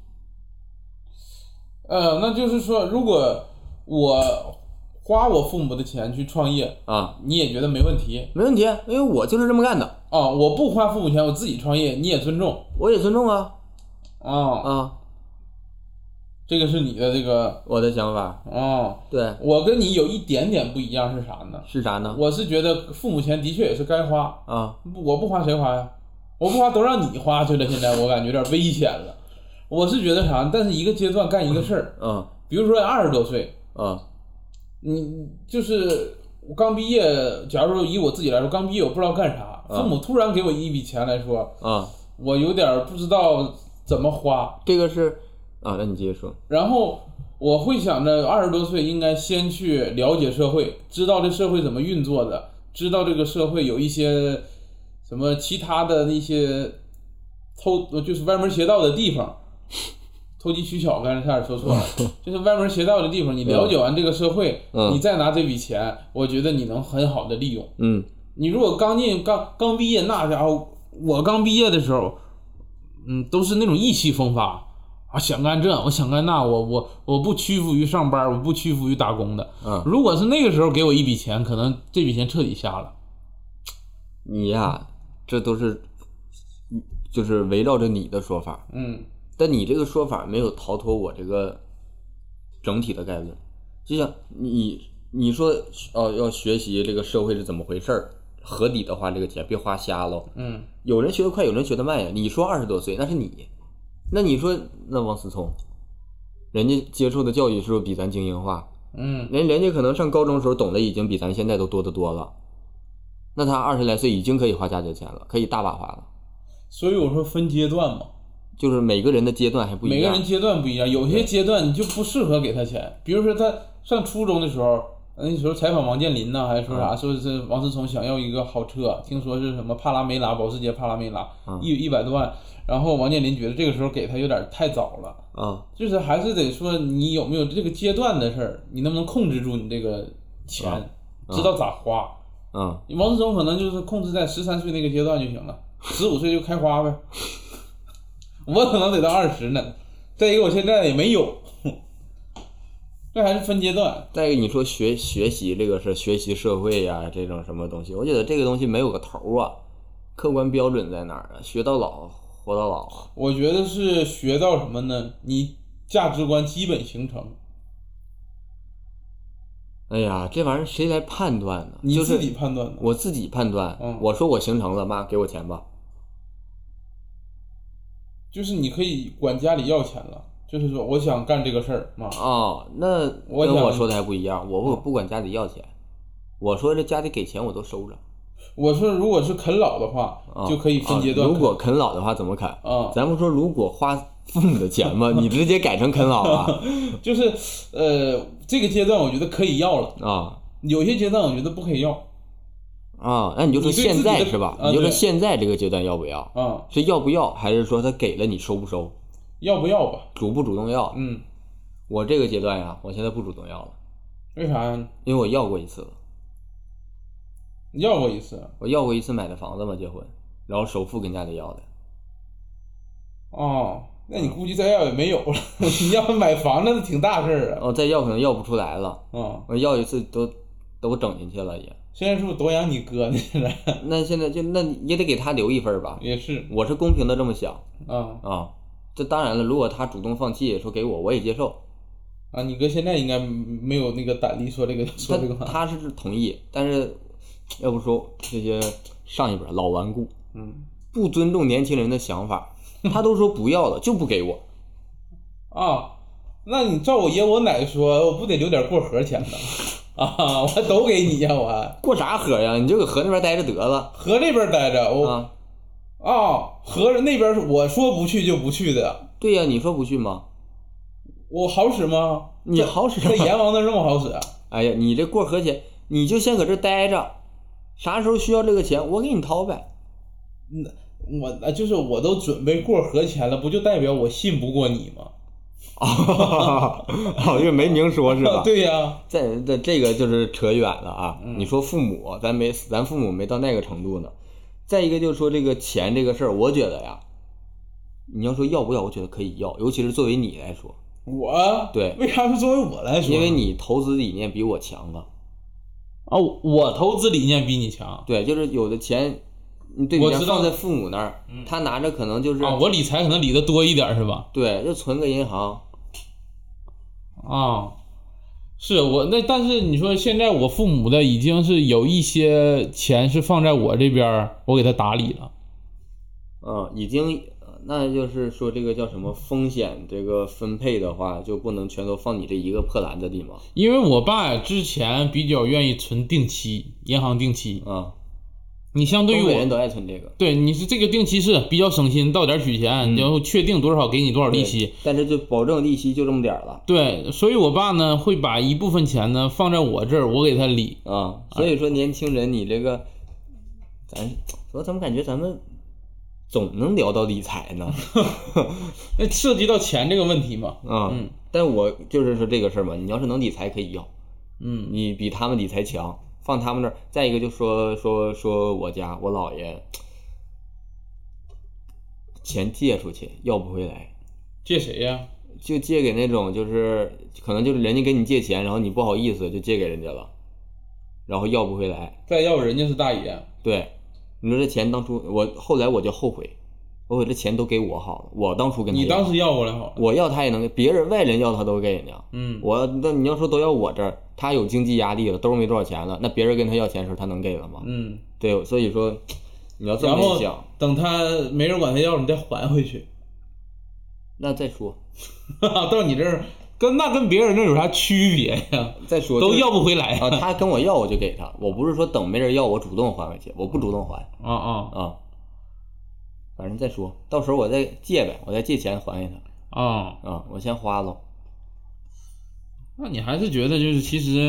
呃，那就是说，如果我花我父母的钱去创业啊， 你也觉得没问题？ 没问题，因为我就是这么干的啊。我不花父母钱，我自己创业，你也尊重？ 我也尊重啊。 啊啊， 这个是你的这个我的想法啊。 对， 我跟你有一点点不一样是啥呢？ 是啥呢？ 我是觉得父母钱的确也是该花啊， 我不花谁花呀？我不花都让你花去了，现在我感觉有点危险了。我是觉得啥？但是一个阶段干一个事儿， 嗯， 比如说二十多岁， 嗯。 你就是我刚毕业，假如说以我自己来说，刚毕业我不知道干啥，父母突然给我一笔钱来说， 啊， 我有点不知道怎么花。 这个是啊，那你接着说。 然后我会想着二十多岁应该先去了解社会，知道这社会怎么运作的，知道这个社会有一些什么其他的那些偷就是歪门邪道的地方。投机取巧，刚才差点说错了，就是歪门邪道的地方。你了解完这个社会， 嗯、 你再拿这笔钱，我觉得你能很好的利用。 嗯， 你如果刚进刚刚毕业，那家伙，我刚毕业的时候，嗯，都是那种意气风发啊，想干这，我想干那，我我我不屈服于上班，我不屈服于打工的。 嗯， 如果是那个时候给我一笔钱，可能这笔钱彻底瞎了。 你呀，这都是就是围绕着你的说法。 嗯。 但你这个说法没有逃脱我这个整体的概论，就像你你说哦要学习这个社会是怎么回事儿，合理的花这个钱，别花瞎了。 嗯， 有人学得快，有人学得慢呀。你说二十多岁那是你，那你说那王思聪，人家接受的教育是不是比咱精英化？ 嗯， 人人家可能上高中的时候懂得已经比咱现在都多得多了，那他二十来岁已经可以花家里钱了，可以大把花了。 所以我说分阶段嘛。 就是每个人的阶段还不一样， 每个人阶段不一样，有些阶段你就不适合给他钱。比如说他上初中的时候， 那时候采访王健林呢，还说啥？说是王思聪想要一个好车，听说是什么帕拉梅拉，保时捷帕拉梅拉，一一百多万。然后王健林觉得这个时候给他有点太早了， 啊， 就是还是得说你有没有这个阶段的事儿，你能不能控制住你这个钱， 啊、 知道咋花。 嗯， 王思聪可能就是控制在十三岁那个阶段就行了，十五岁就开花呗。我可能得到二十呢，再一个我现在也没有。这还是分阶段。 再一个，你说学学习这个是学习社会呀、啊，这种什么东西，我觉得这个东西没有个头啊，客观标准在哪儿啊？学到老，活到老啊。 我觉得是学到什么呢？你价值观基本形成。 哎呀，这玩意儿谁来判断呢？ 你自己判断的。 我自己判断。 嗯。 我说我形成了，妈给我钱吧。 就是你可以管家里要钱了。就是说，我想干这个事儿嘛。 哦，那跟我说的还不一样。我不不管家里要钱，我说这家里给钱我都收着。 我说，如果是啃老的话， 哦、 就可以分阶段、 哦。如果啃老的话，怎么啃？啊、 哦， 咱不说如果花父母的钱吗？你直接改成啃老了。 就是呃，这个阶段我觉得可以要了啊、哦。 有些阶段我觉得不可以要。 啊，那你就说现在是吧？ 你, 你就说现在这个阶段要不要？ 啊， 是要不要，还是说他给了你收不收？ 要不要吧？ 主不主动要？ 嗯， 我这个阶段呀，我现在不主动要了。 为啥呀？ 因为我要过一次了。 要过一次？ 我要过一次买的房子嘛，结婚，然后首付跟家里要的。 哦，那你估计再要也没有了。你要买房那挺大事儿啊。 哦，再要可能要不出来了。啊、 哦， 我要一次都都整进去了也。 现在是不是多养你哥呢？现在？ 那现在就那也得给他留一份吧。 也是， 我是公平的这么想。 啊啊。这当然了，如果他主动放弃说给我，我也接受。 啊，你哥现在应该没有那个胆力说这个说这个话。 他是同意，但是要不说这些上一辈老顽固， 嗯， 不尊重年轻人的想法，他都说不要了就不给我。 啊，那你照我爷我奶说，我不得留点过河钱呢？啊，我都给你呀，我过啥河呀？你就搁河那边待着得了。 河这边待着，我。 啊啊，河那边我说不去就不去的。 对呀、啊，你说不去吗？ 我好使吗？ 你好使吗？ 在阎王那这么好使啊？ 哎呀，你这过河钱，你就先搁这待着，啥时候需要这个钱，我给你掏呗。 那我就是我都准备过河钱了，不就代表我信不过你吗？ 哦，因为没明说是吧？ 对呀、啊， 这这这个就是扯远了啊。 嗯、 你说父母，咱没咱父母没到那个程度呢。再一个就是说这个钱这个事儿，我觉得呀，你要说要不要，我觉得可以要，尤其是作为你来说。 我对， 为啥是作为我来说？ 因为你投资理念比我强啊。 哦，我投资理念比你强。 对，就是有的钱，你对你放在父母那儿，他拿着可能就是啊，我理财可能理的多一点是吧？ 对，就存个银行。 啊。是我那，但是你说现在我父母的已经是有一些钱是放在我这边，我给他打理了。 嗯，已经，那就是说这个叫什么风险这个分配的话，就不能全都放你这一个破篮子里吗？ 因为我爸之前比较愿意存定期，银行定期。 啊、嗯， 你相对于我， 人都爱存这个。 对，你是这个定期是比较省心，到点取钱，然后确定多少给你多少利息， 但是就保证利息就这么点了。 对，所以我爸呢会把一部分钱呢放在我这儿，我给他理啊。所以说年轻人，你这个，咱我怎么感觉咱们总能聊到理财呢？ 那涉及到钱这个问题嘛。 啊、嗯，但我就是说这个事儿嘛，你要是能理财可以要， 嗯， 你比他们理财强。放他们那儿，再一个就说说说我家我姥爷，钱借出去要不回来， 借谁呀？ 就借给那种就是可能就是人家给你借钱，然后你不好意思就借给人家了，然后要不回来， 再要人家是大爷。 对，你说这钱当初我后来我就后悔，我把这钱都给我好了，我当初跟他要， 你当时要过来好了， 我要他也能给，别人外人要他都给人家， 嗯， 我那你要说都要我这儿，他有经济压力了，兜没多少钱了，那别人跟他要钱的时候他能给了吗？ 嗯， 对，所以说你要这么一想， 等他没人管他要，你再还回去， 那再说， 到你这儿跟那跟别人那有啥区别呀？ 再说都要不回来啊，他跟我要我就给他，我不是说等没人要我主动还回去，我不主动还， 啊啊啊。反正再说，到时候我再借呗，我再借钱还给他。 啊啊，我先花了。 那你还是觉得就是其实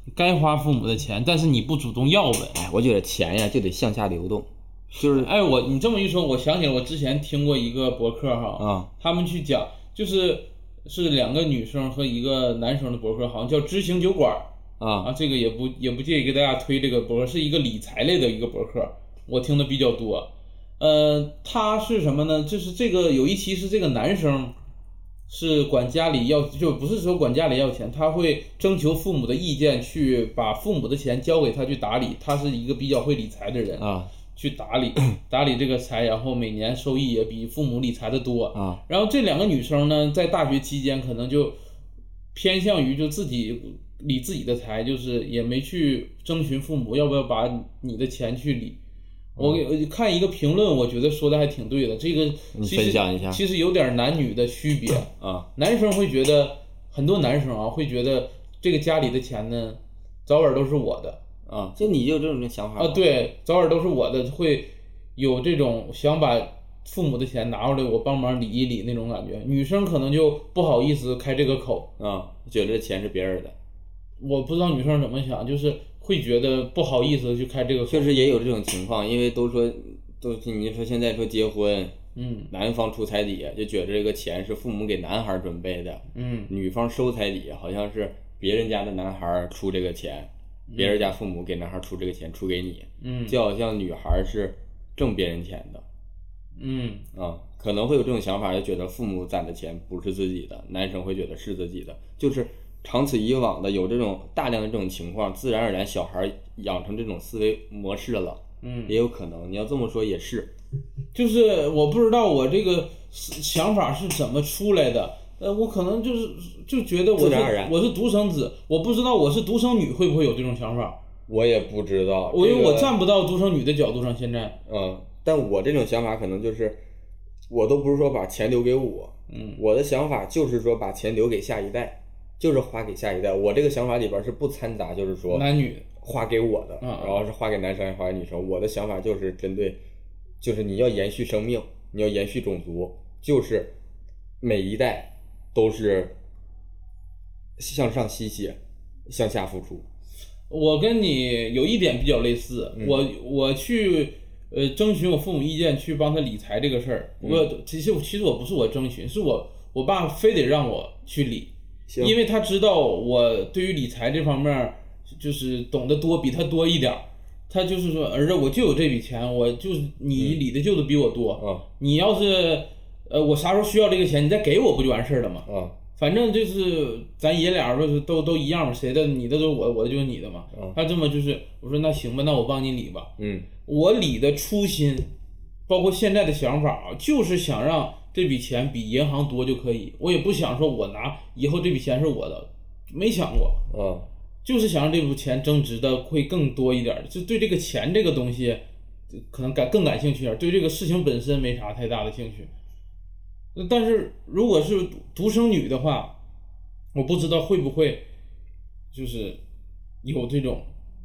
该花父母的钱，但是你不主动要呗。 哎，我觉得钱呀就得向下流动，就是哎，我你这么一说，我想起来我之前听过一个博客哈， 啊， 他们去讲就是是两个女生和一个男生的博客，好像叫知行酒馆啊啊，这个也不也不介意给大家推这个博客，是一个理财类的一个博客，我听的比较多。呃，他是什么呢？就是这个有一期是这个男生是管家里要，就不是说管家里要钱，他会征求父母的意见，去把父母的钱交给他去打理。他是一个比较会理财的人啊， 去打理打理这个财，然后每年收益也比父母理财的多啊。 然后这两个女生呢，在大学期间可能就偏向于就自己理自己的财，就是也没去征询父母要不要把你的钱去理。我给看一个评论，我觉得说的还挺对的。这个其实分享一下， 其实有点男女的区别啊。 男生会觉得，很多男生啊会觉得这个家里的钱呢，早晚都是我的啊。就你就这种想法啊？对，早晚都是我的，会有这种想把父母的钱拿过来，我帮忙理一理那种感觉。女生可能就不好意思开这个口啊，觉得钱是别人的。 我不知道女生怎么想，就是会觉得不好意思去开这个口。 确实也有这种情况，因为都说都你说现在说结婚， 嗯， 男方出彩礼就觉得这个钱是父母给男孩准备的， 嗯， 女方收彩礼好像是别人家的男孩出这个钱，别人家父母给男孩出这个钱出给你， 嗯， 就好像女孩是挣别人钱的， 嗯啊，可能会有这种想法，就觉得父母攒的钱不是自己的，男生会觉得是自己的，就是长此以往的有这种大量的这种情况，自然而然小孩养成这种思维模式了， 嗯， 也有可能，你要这么说也是， 就是我不知道我这个想法是怎么出来的，呃，我可能就是就觉得我是我是独生子，我不知道我是独生女会不会有这种想法， 我也不知道， 我因为我站不到独生女的角度上，现在， 嗯，但我这种想法可能就是，我都不是说把钱留给我， 嗯， 我的想法就是说把钱留给下一代。就是花给下一代，我这个想法里边是不掺杂，就是说男女花给我的， 嗯、 然后是花给男生还是花给女生。我的想法就是针对，就是你要延续生命，你要延续种族，就是每一代都是向上吸血，向下付出。 我跟你有一点比较类似， 嗯、 我我去呃征询我父母意见去帮他理财这个事儿， 嗯、 我其实其实我不是我征询，是我我爸非得让我去理。因为他知道我对于理财这方面就是懂得多，比他多一点，他就是说儿子我就有这笔钱，我就是你理的就是比我多， 嗯、 你要是呃我啥时候需要这个钱你再给我不就完事了吗？ 嗯、 反正就是咱爷俩不是都都一样嘛，谁的你的都是我，我的就是你的嘛。 嗯、 他这么就是我说那行吧，那我帮你理吧。 嗯， 我理的初心，包括现在的想法啊，就是想让这笔钱比银行多就可以，我也不想说我拿以后这笔钱是我的，没想过， 嗯， 就是想让这笔钱增值的会更多一点，就对这个钱这个东西可能感更感兴趣点，对这个事情本身没啥太大的兴趣。但是如果是独生女的话，我不知道会不会就是有这种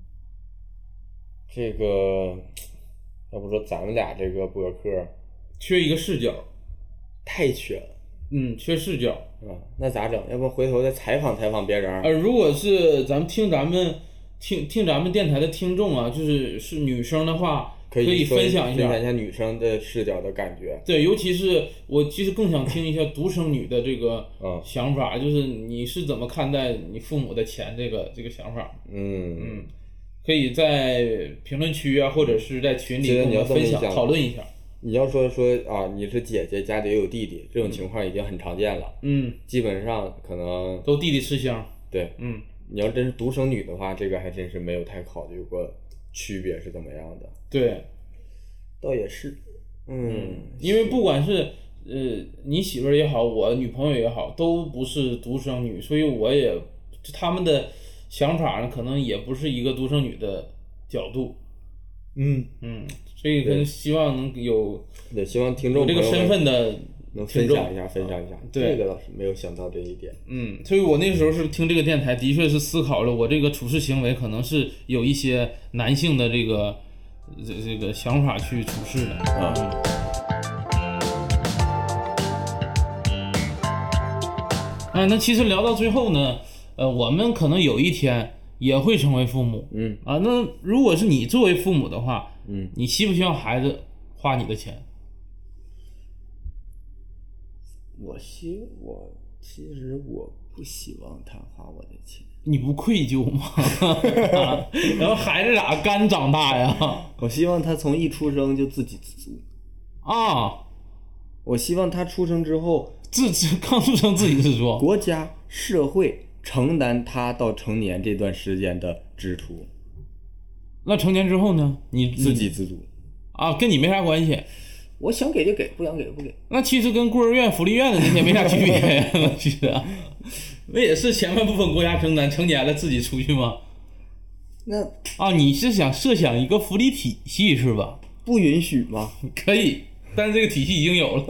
这个，要不说咱们俩这个博客缺一个视角。 太缺了， 嗯，缺视角啊，那咋整？要不回头再采访采访别人？ 呃，如果是咱们听咱们听听咱们电台的听众啊，就是是女生的话，可以分享一下， 分享一下女生的视角的感觉。 对，尤其是我其实更想听一下独生女的这个想法， 嗯、 就是你是怎么看待你父母的钱这个这个想法？ 嗯嗯，可以在评论区啊，或者是在群里跟我们分享讨论一下。 你要说说啊，你是姐姐，家里也有弟弟，这种情况已经很常见了。 嗯， 基本上可能都弟弟吃香。 对， 嗯， 你要真是独生女的话，这个还真是没有太考虑过区别是怎么样的。 对， 倒也是。嗯，嗯因为不管是呃你媳妇儿也好，我女朋友也好，都不是独生女，所以我也他们的想法呢，可能也不是一个独生女的角度。 嗯嗯。所以跟希望能有对，希望听众有这个身份的能分享一下，分享一下。 对， 这个倒是没有想到这一点。 嗯，所以我那时候是听这个电台，的确是思考了我这个处事行为可能是有一些男性的这个这这个想法去处事的啊。哎，那其实聊到最后呢，呃，我们可能有一天也会成为父母。 嗯啊，那如果是你作为父母的话， 嗯， 你希不希望孩子花你的钱？ 我希我其实我不希望他花我的钱。 你不愧疚吗？然后孩子俩刚长大呀。 我希望他从一出生就自给自足啊！ 我希望他出生之后， 自自刚出生自己自足， 国家社会承担他到成年这段时间的支出。 那成年之后呢？你自给自足啊，跟你没啥关系。 我想给就给，不想给就不给。 那其实跟孤儿院、福利院的那些没啥区别呀，其实啊，那也是前半部分国家承担，成年了自己出去吗？ 那啊，你是想设想一个福利体系是吧？ 不允许吗？ 可以，但是这个体系已经有了。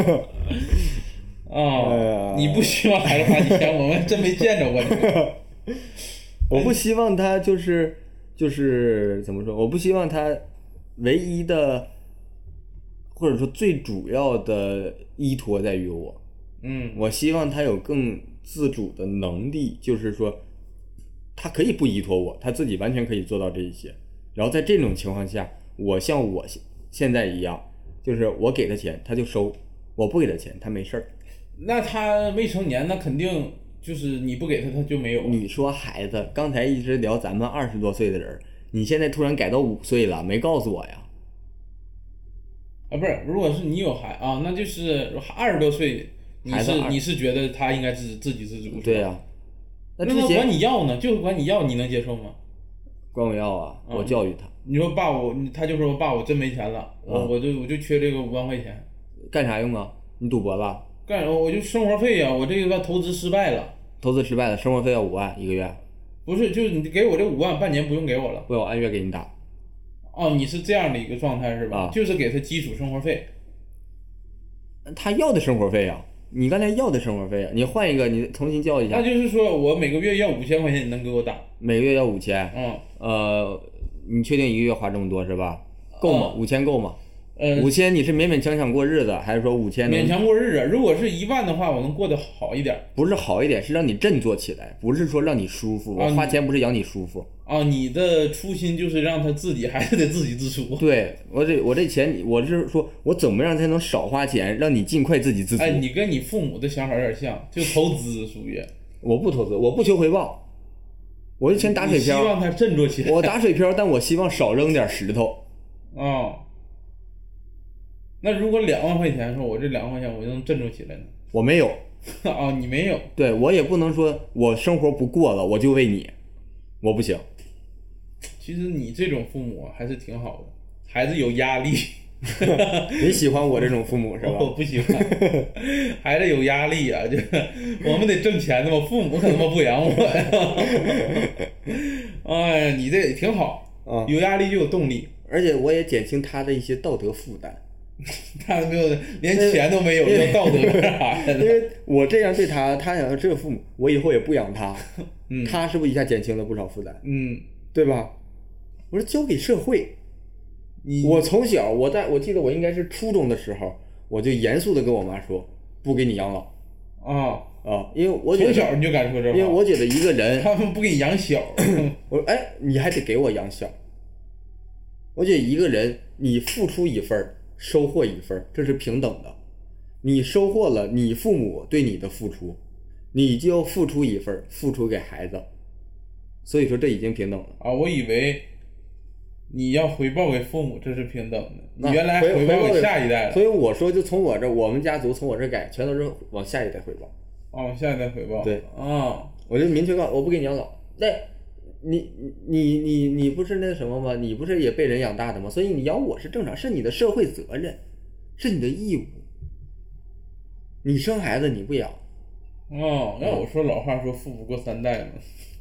啊、哎，你不希望孩子花你钱，我们真没见着过你。 我不希望他就是就是怎么说？我不希望他唯一的。或者说最主要的依托在于我， 嗯， 我希望他有更自主的能力，就是说，他可以不依托我，他自己完全可以做到这一些。然后在这种情况下，我像我现在一样，就是我给他钱他就收，我不给他钱他没事儿。 那他未成年，那肯定就是你不给他他就没有。 你说孩子，刚才一直聊咱们二十多岁的人，你现在突然改到五岁了，没告诉我呀？ 啊，不是，如果是你有孩啊，那就是二十多岁，你是你是觉得他应该自自给自足？ 对呀、啊， 那他管你要呢，就是管你要，你能接受吗？ 管我要啊，我教育他。 你说爸，我他就说爸，我真没钱了，我、嗯、我就我就缺这个五万块钱， 干啥用啊？你赌博了？ 干我就生活费呀、啊，我这个投资失败了， 投资失败了，生活费要五万一个月。 不是，就是你给我这五万，半年不用给我了， 不要按月给你打。 哦，你是这样的一个状态是吧？ 啊， 就是给他基础生活费。 他要的生活费啊，你刚才要的生活费啊，你换一个，你重新叫一下。 那就是说我每个月要五千块钱，你能给我打？ 每个月要五千。 嗯。 呃，你确定一个月花这么多是吧？够吗？五千够吗？ 呃， 五千你是勉勉强强过日子，还是说五千勉强过日子？如果是一万的话，我能过得好一点。 不是好一点，是让你振作起来，不是说让你舒服。我花钱不是养你舒服。 啊，你的初心就是让他自己还是得自给自足。 对，我这我这钱，我是说我怎么样才能少花钱，让你尽快自给自足。 哎，你跟你父母的想法有点像，就投资属于。 我不投资，我不求回报，我就先打水漂。 希望他振作起来。 我打水漂，但我希望少扔点石头。 啊、哦。那如果两万块钱说，我这两万块钱我就能振作起来呢？ 我没有。 啊、哦，你没有。 对，我也不能说我生活不过了，我就为你，我不行。 其实你这种父母还是挺好的，孩子有压力。 你喜欢我这种父母是吧？ 我不喜欢，孩子有压力啊，就我们得挣钱的嘛，父母可他妈不养我呀。哎呀，你这也挺好啊， 有压力就有动力， 而且我也减轻他的一些道德负担。 他没有，连钱都没有，要道德干啥呀？ 因为我这样对他，他想要这个父母，我以后也不养他。 嗯， 他是不是一下减轻了不少负担？ 嗯， 对吧？我说交给社会。我从小，我在我记得我应该是初中的时候，我就严肃的跟我妈说，不给你养老。 啊啊，因为我觉得从小你就敢说这话， 因为我觉得一个人他们不给你养小， 我说哎，你还得给我养小。我觉得一个人你付出一份，收获一份，这是平等的。你收获了你父母对你的付出，你就要付出一份，付出给孩子。所以说这已经平等了啊！我以为你要回报给父母，这是平等的。你原来回报给下一代了。 所以我说，就从我这，我们家族从我这改，全都是往下一代回报。 哦，下一代回报。 对啊、哦， 我就明确告诉我不给你养老。那你你你你不是那什么吗？你不是也被人养大的吗？所以你养我是正常，是你的社会责任，是你的义务。你生孩子你不养。 哦，那我说老话说富不过三代嘛。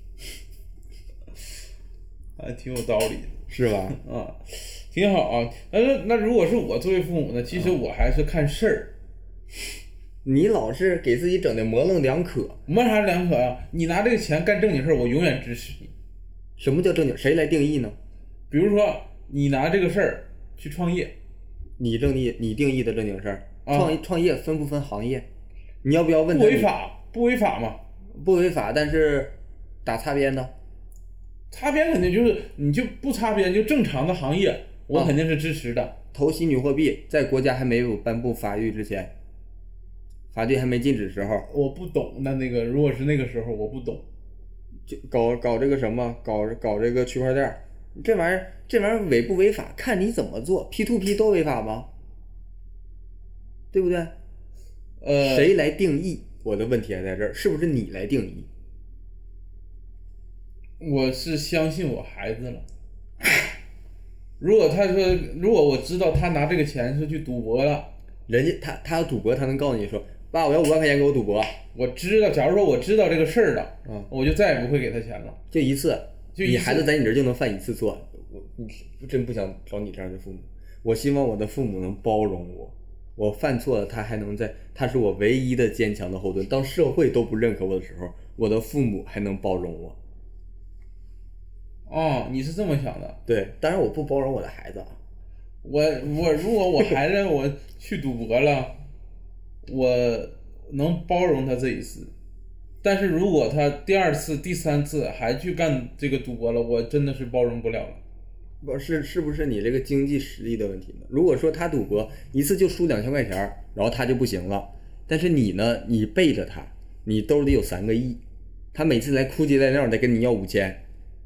还挺有道理的， 是吧？ 啊，挺好啊。那那如果是我作为父母呢？其实我还是看事儿。 你老是给自己整的模棱两可。 模啥两可啊？你拿这个钱干正经事儿，我永远支持你。 什么叫正经？谁来定义呢？ 比如说，你拿这个事儿去创业， 你正义你定义的正经事儿， 啊、 创创业分不分行业？你要不要问他？ 不违法，不违法嘛？ 不违法，但是打擦边呢？ 擦边肯定就是你就不擦边就正常的行业，我肯定是支持的。 哦、投虚拟货币在国家还没有颁布法律之前，法律还没禁止时候， 我不懂。那那个如果是那个时候，我不懂， 就搞搞这个什么，搞搞这个区块链，这玩意儿这玩意儿违不违法，看你怎么做。P to P 都违法吗？对不对？ 呃， 谁来定义？我的问题还在这儿，是不是你来定义？ 我是相信我孩子了。如果他说，如果我知道他拿这个钱是去赌博了， 人家他他要赌博，他能告诉你说，爸，我要五万块钱给我赌博。 我知道，假如说我知道这个事儿了， 嗯， 我就再也不会给他钱了。 就一次， 就一次你孩子在你这儿就能犯一次错。我你真不想找你这样的父母。我希望我的父母能包容我，我犯错了，他还能在，他是我唯一的坚强的后盾。当社会都不认可我的时候，我的父母还能包容我。 哦，你是这么想的？ 对，当然我不包容我的孩子啊。 我我如果我孩子我去赌博了，我能包容他这一次，但是如果他第二次、第三次还去干这个赌博了，我真的是包容不了了。 不是，是不是你这个经济实力的问题呢？如果说他赌博一次就输两千块钱，然后他就不行了，但是你呢，你背着他，你兜里有三个亿，他每次来哭唧赖尿得跟你要五千。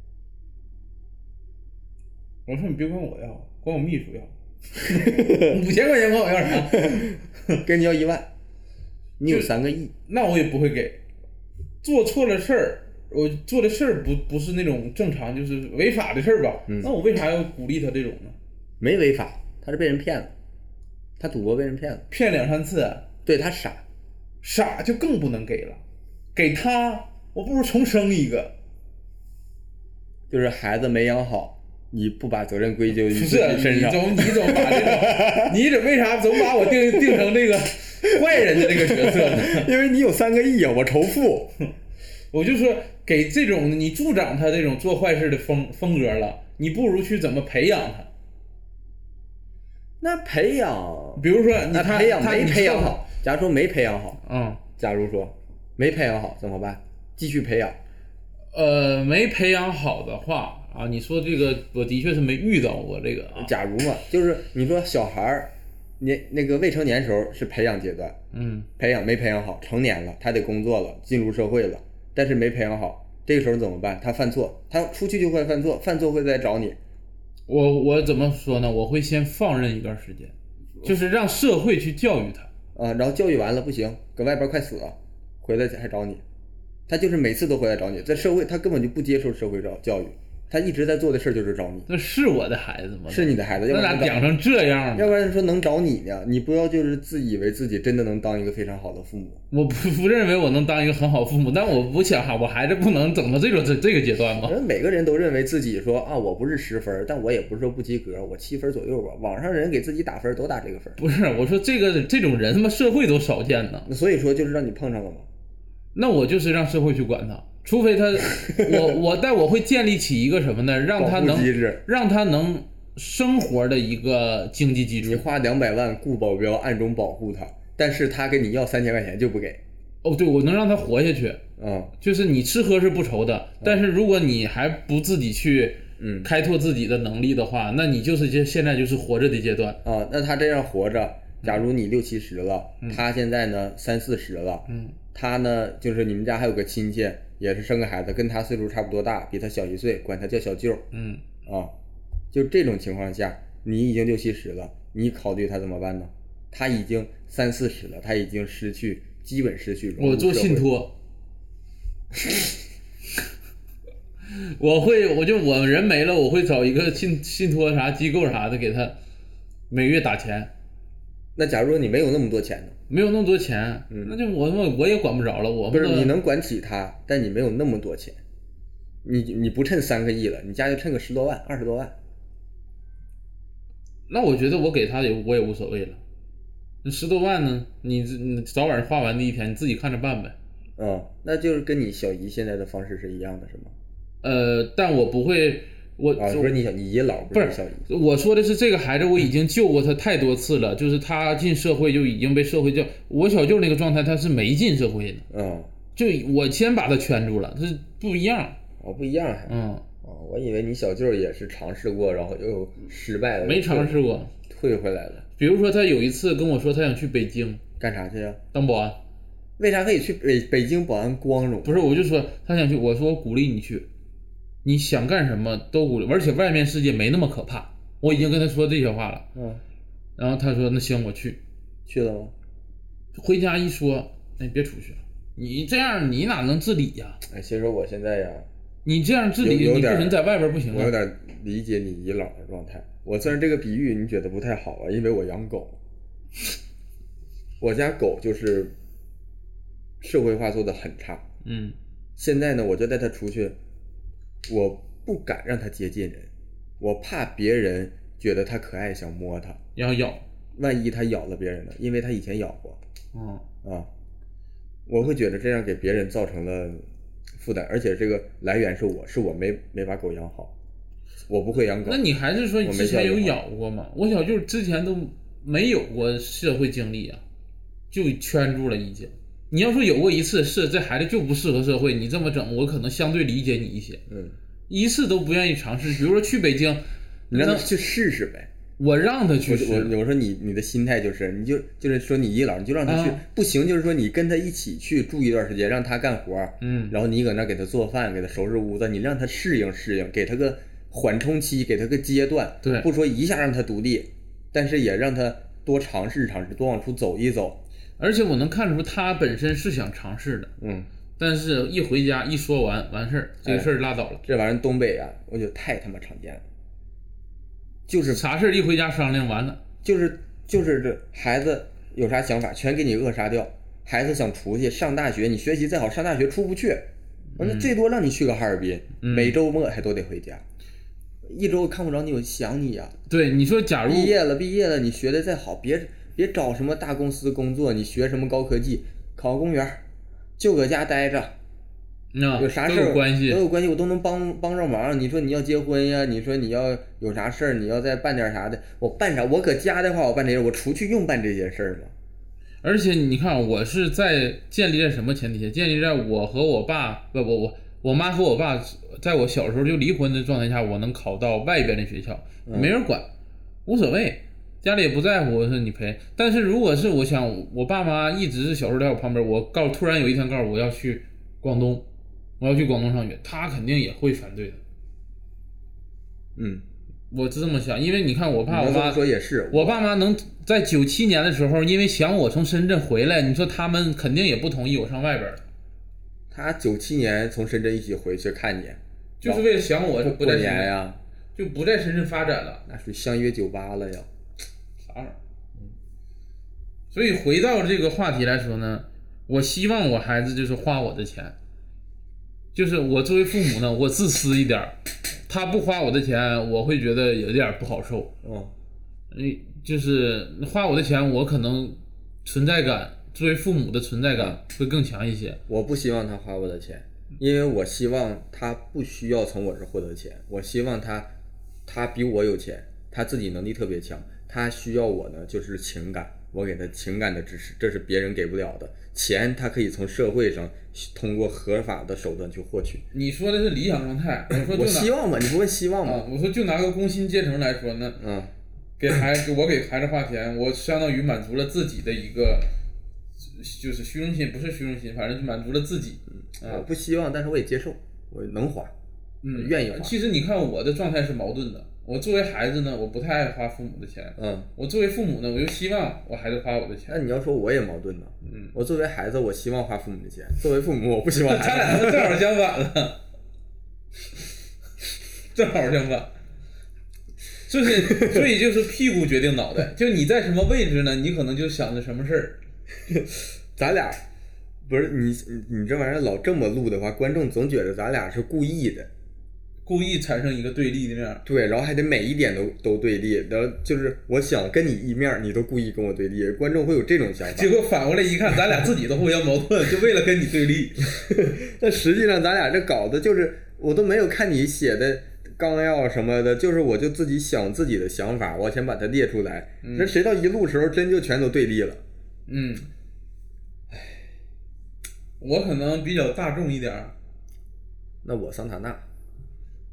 我说你别管我要，管我秘书要。五千块钱管我要啥？ 跟你要一万，你有三个亿， 那我也不会给。做错了事儿，我做的事儿不不是那种正常就是违法的事儿吧？嗯，那我为啥要鼓励他这种呢？ 没违法，他是被人骗了，他赌博被人骗了， 骗两三次。 对，他傻， 傻就更不能给了，给他我不如重生一个。 就是孩子没养好。你不把责任归咎于自己身上， 不是你总你总把这种，你怎为啥总把我定定成这个坏人的这个角色呢？ 因为你有三个亿啊，我仇富。 我就说给这种你助长他这种做坏事的风风格了，你不如去怎么培养他？ 那培养， 比如说你培养没培养好，假如说没培养好， 嗯， 假如说没培养好怎么办？继续培养。 呃，没培养好的话。啊，你说这个我的确是没遇到过这个啊。 假如嘛，就是你说小孩儿，年那个未成年时候是培养阶段， 嗯， 培养没培养好，成年了他得工作了，进入社会了，但是没培养好，这个时候怎么办？他犯错，他出去就会犯错，犯错会再找你。 我我怎么说呢？我会先放任一段时间，就是让社会去教育他啊，然后教育完了不行，搁外边快死了，回来还找你，他就是每次都回来找你，在社会他根本就不接受社会教教育。他一直在做的事就是找你。 那是我的孩子吗？ 是你的孩子， 那咋养成这样？ 要不然说能找你呢？你不要就是自以为自己真的能当一个非常好的父母。 我不不认为我能当一个很好父母，但我不想哈，我孩子不能整到这种这这个阶段吗？ 每个人都认为自己说啊，我不是十分，但我也不是说不及格，我七分左右吧。网上人给自己打分都打这个分。 不是，我说这个这种人他妈社会都少见呢。 所以说就是让你碰上了嘛。 那我就是让社会去管他。除非他，我我但我会建立起一个什么呢？让他能让他能生活的一个经济基础。 你花两百万雇保镖，暗中保护他，但是他跟你要三千块钱就不给。 哦，对，我能让他活下去。 嗯， 就是你吃喝是不愁的，但是如果你还不自己去嗯开拓自己的能力的话，那你就是就现在就是活着的阶段啊。那他这样活着，假如你六七十了， 嗯、 他现在呢三四十了， 嗯， 他呢就是你们家还有个亲戚。也是生个孩子，跟他岁数差不多大，比他小一岁，管他叫小舅。 嗯啊，就这种情况下，你已经六七十了，你考虑他怎么办呢？他已经三四十了，他已经失去，基本失去融入社会。 我做信托，我会，我就我人没了，我会找一个信信托啥机构啥的，给他每月打钱。 那假如说你没有那么多钱呢？ 没有那么多钱，嗯、那就我我也管不着了。我不是你能管起他，但你没有那么多钱，你你不趁三个亿了，你家就趁个十多万、二十多万。 那我觉得我给他也我也无所谓了。那十多万呢？你你早晚花完的一天，你自己看着办呗。 嗯，那就是跟你小姨现在的方式是一样的，是吗？ 呃，但我不会。我啊，不是你小你姨姥， 不是小姨。 我说的是这个孩子，我已经救过他太多次了，就是他进社会就已经被社会救。我小舅那个状态，他是没进社会的， 嗯， 就我先把他圈住了，这不一样。 哦，不一样还。 嗯， 哦，我以为你小舅也是尝试过，然后又失败了， 没尝试过， 退回来了。 比如说他有一次跟我说他想去北京干啥去呀？ 当保安。 为啥可以去北北京保安光荣？ 不是，我就说他想去，我说我鼓励你去，你想干什么都鼓励，而且外面世界没那么可怕。我已经跟他说这些话了。 嗯， 然后他说那行我去。 去了吗？ 回家一说，哎别出去了，你这样你哪能自理呀？ 哎，其实我现在呀， 你这样自理你不行，在外边不行啊。 我有点理解你倚老的状态。我虽然这个比喻你觉得不太好啊，因为我养狗，我家狗就是社会化做的很差。 嗯， 现在呢，我就带它出去，我不敢让它接近人，我怕别人觉得它可爱想摸它， 要咬， 万一它咬了别人呢？因为它以前咬过。 嗯啊，我会觉得这样给别人造成了负担，而且这个来源是我是我没没把狗养好，我不会养狗。 那你还是说之前有咬过吗？我小舅之前都没有过社会经历啊，就圈住了已经。你要说有过一次，是这孩子就不适合社会，你这么整，我可能相对理解你一些。 嗯，一次都不愿意尝试，比如说去北京， 你让他去试试呗。 我让他去试。 我我我说你你的心态就是，你就就是说你倚老，你就让他去，啊、不行就是说你跟他一起去住一段时间，让他干活， 嗯， 然后你搁那给他做饭，给他收拾屋子，你让他适应适应，给他个缓冲期，给他个阶段， 对， 不说一下让他独立，但是也让他多尝试尝试，多往出走一走。 而且我能看出他本身是想尝试的， 嗯， 但是一回家一说完完事儿，这个事儿拉倒了。 哎、这玩意儿东北啊，我觉得太他妈常见了。就是啥事一回家商量完了， 就是就是这孩子有啥想法全给你扼杀掉。孩子想出去上大学，你学习再好上大学出不去，那、嗯、最多让你去个哈尔滨， 嗯、 每周末还都得回家，一周看不着你，我想你呀、啊。 对，你说假如毕业了毕业了，你学的再好，别别找什么大公司工作，你学什么高科技，考个公务员，就搁家待着。 嗯、 有啥事都有关系， 都有关系，我都能帮帮着忙。你说你要结婚呀，你说你要有啥事儿，你要再办点啥的，我办啥？我搁家的话，我办这些，我出去用办这些事儿吗？ 而且你看，我是在建立在什么前提下？建立在我和我爸不不我我妈和我爸在我小时候就离婚的状态下，我能考到外边的学校，没人管，无所谓，家里也不在乎，我说你赔。但是如果是我想，我爸妈一直是小时候在我旁边，我告突然有一天告诉我要去广东。我要去广东上学，他肯定也会反对的。 嗯， 我是这么想，因为你看我爸我妈说也是， 我爸妈能在九七年的时候，因为想我从深圳回来，你说他们肯定也不同意我上外边的。 他九七年从深圳一起回去看你， 就是为了想我不在深圳呀， 就不在深圳发展了， 那属于相约酒吧了呀。 啥玩意儿？嗯。所以回到这个话题来说呢，我希望我孩子就是花我的钱。就是我作为父母呢，我自私一点，他不花我的钱，我会觉得有点不好受。 嗯， 就是花我的钱，我可能存在感，作为父母的存在感会更强一些。 我不希望他花我的钱，因为我希望他不需要从我这获得钱。我希望他，他比我有钱，他自己能力特别强，他需要我呢就是情感，我给他情感的支持，这是别人给不了的。钱他可以从社会上通过合法的手段去获取。 你说的是理想状态，我说就我希望嘛，你不问希望吗、 啊？我说就拿个工薪阶层来说呢， 嗯， 给孩子我给孩子花钱，我相当于满足了自己的一个，就是虚荣心，不是虚荣心，反正就满足了自己。 嗯，我不希望，但是我也接受，我能花， 嗯， 愿意花。 其实你看我的状态是矛盾的。我作为孩子呢，我不太爱花父母的钱。 嗯， 我作为父母呢，我又希望我孩子花我的钱。 那你要说我也矛盾呢。 嗯， 我作为孩子，我希望花父母的钱；作为父母，我不希望孩子。 咱俩正好相反了，正好相反。就是，所以就是屁股决定脑袋。就你在什么位置呢？你可能就想着什么事儿。 咱俩不是你，你这玩意儿老这么录的话，观众总觉得咱俩是故意的。 故意产生一个对立的面， 对，然后还得每一点都都对立，然后就是我想跟你一面，你都故意跟我对立，观众会有这种想法。 结果反过来一看，咱俩自己都互相矛盾，就为了跟你对立。 但实际上咱俩这稿子就是，我都没有看你写的纲要什么的，就是我就自己想自己的想法，我先把它列出来。那、嗯、谁到一录时候真就全都对立了。 嗯，唉，我可能比较大众一点。 那我桑塔纳。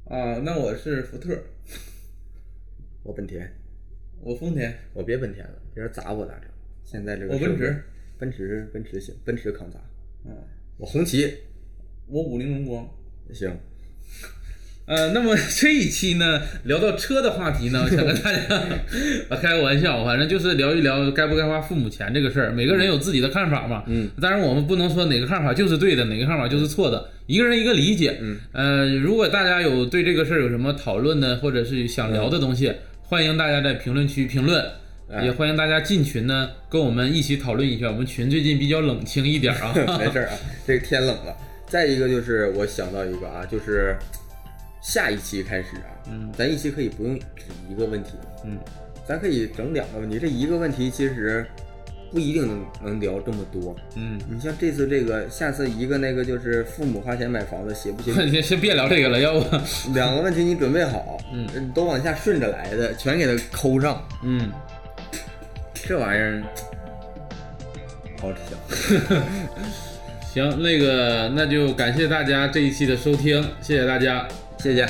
啊，那我是福特。 我本田。 我丰田。 我别本田了，别人砸我咋整？现在这个我奔驰。 奔驰奔驰行，奔驰抗砸。 嗯。 我红旗。 我五菱荣光。 行。 呃，那么这一期呢，聊到车的话题呢，我想跟大家开个玩笑，反正就是聊一聊该不该花父母钱这个事儿。每个人有自己的看法嘛， 嗯， 当然我们不能说哪个看法就是对的，哪个看法就是错的，一个人一个理解。 嗯， 呃，如果大家有对这个事儿有什么讨论呢，或者是想聊的东西，嗯、欢迎大家在评论区评论。也欢迎大家进群呢，跟我们一起讨论一下。我们群最近比较冷清一点啊， 没事啊，这个天冷了。再一个就是我想到一个啊，就是下一期开始啊， 嗯， 咱一期可以不用只一个问题， 嗯， 咱可以整两个问题。这一个问题其实不一定能能聊这么多， 嗯， 你像这次这个，下次一个那个就是父母花钱买房子行不行？ 先先别聊这个了，要不两个问题你准备好， 嗯， 都往下顺着来的，全给它抠上， 嗯。 这玩意儿好吃香。 行，那个那就感谢大家这一期的收听，谢谢大家， 谢谢。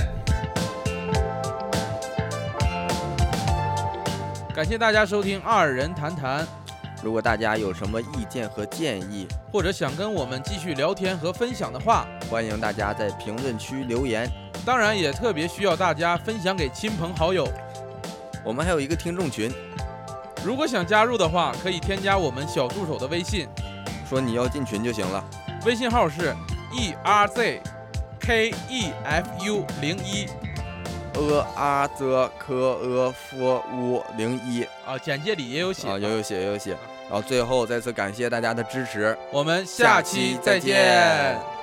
感谢大家收听二人谈谈。 如果大家有什么意见和建议， 或者想跟我们继续聊天和分享的话， 欢迎大家在评论区留言。 当然也特别需要大家分享给亲朋好友。 我们还有一个听众群， 如果想加入的话，可以添加我们小助手的微信， 说你要进群就行了。 微信号是 E R Z K E F U 零一， 呃啊则科呃夫乌零一啊，简介里也有写啊，有有写有有写。然后最后再次感谢大家的支持， 我们下期再见。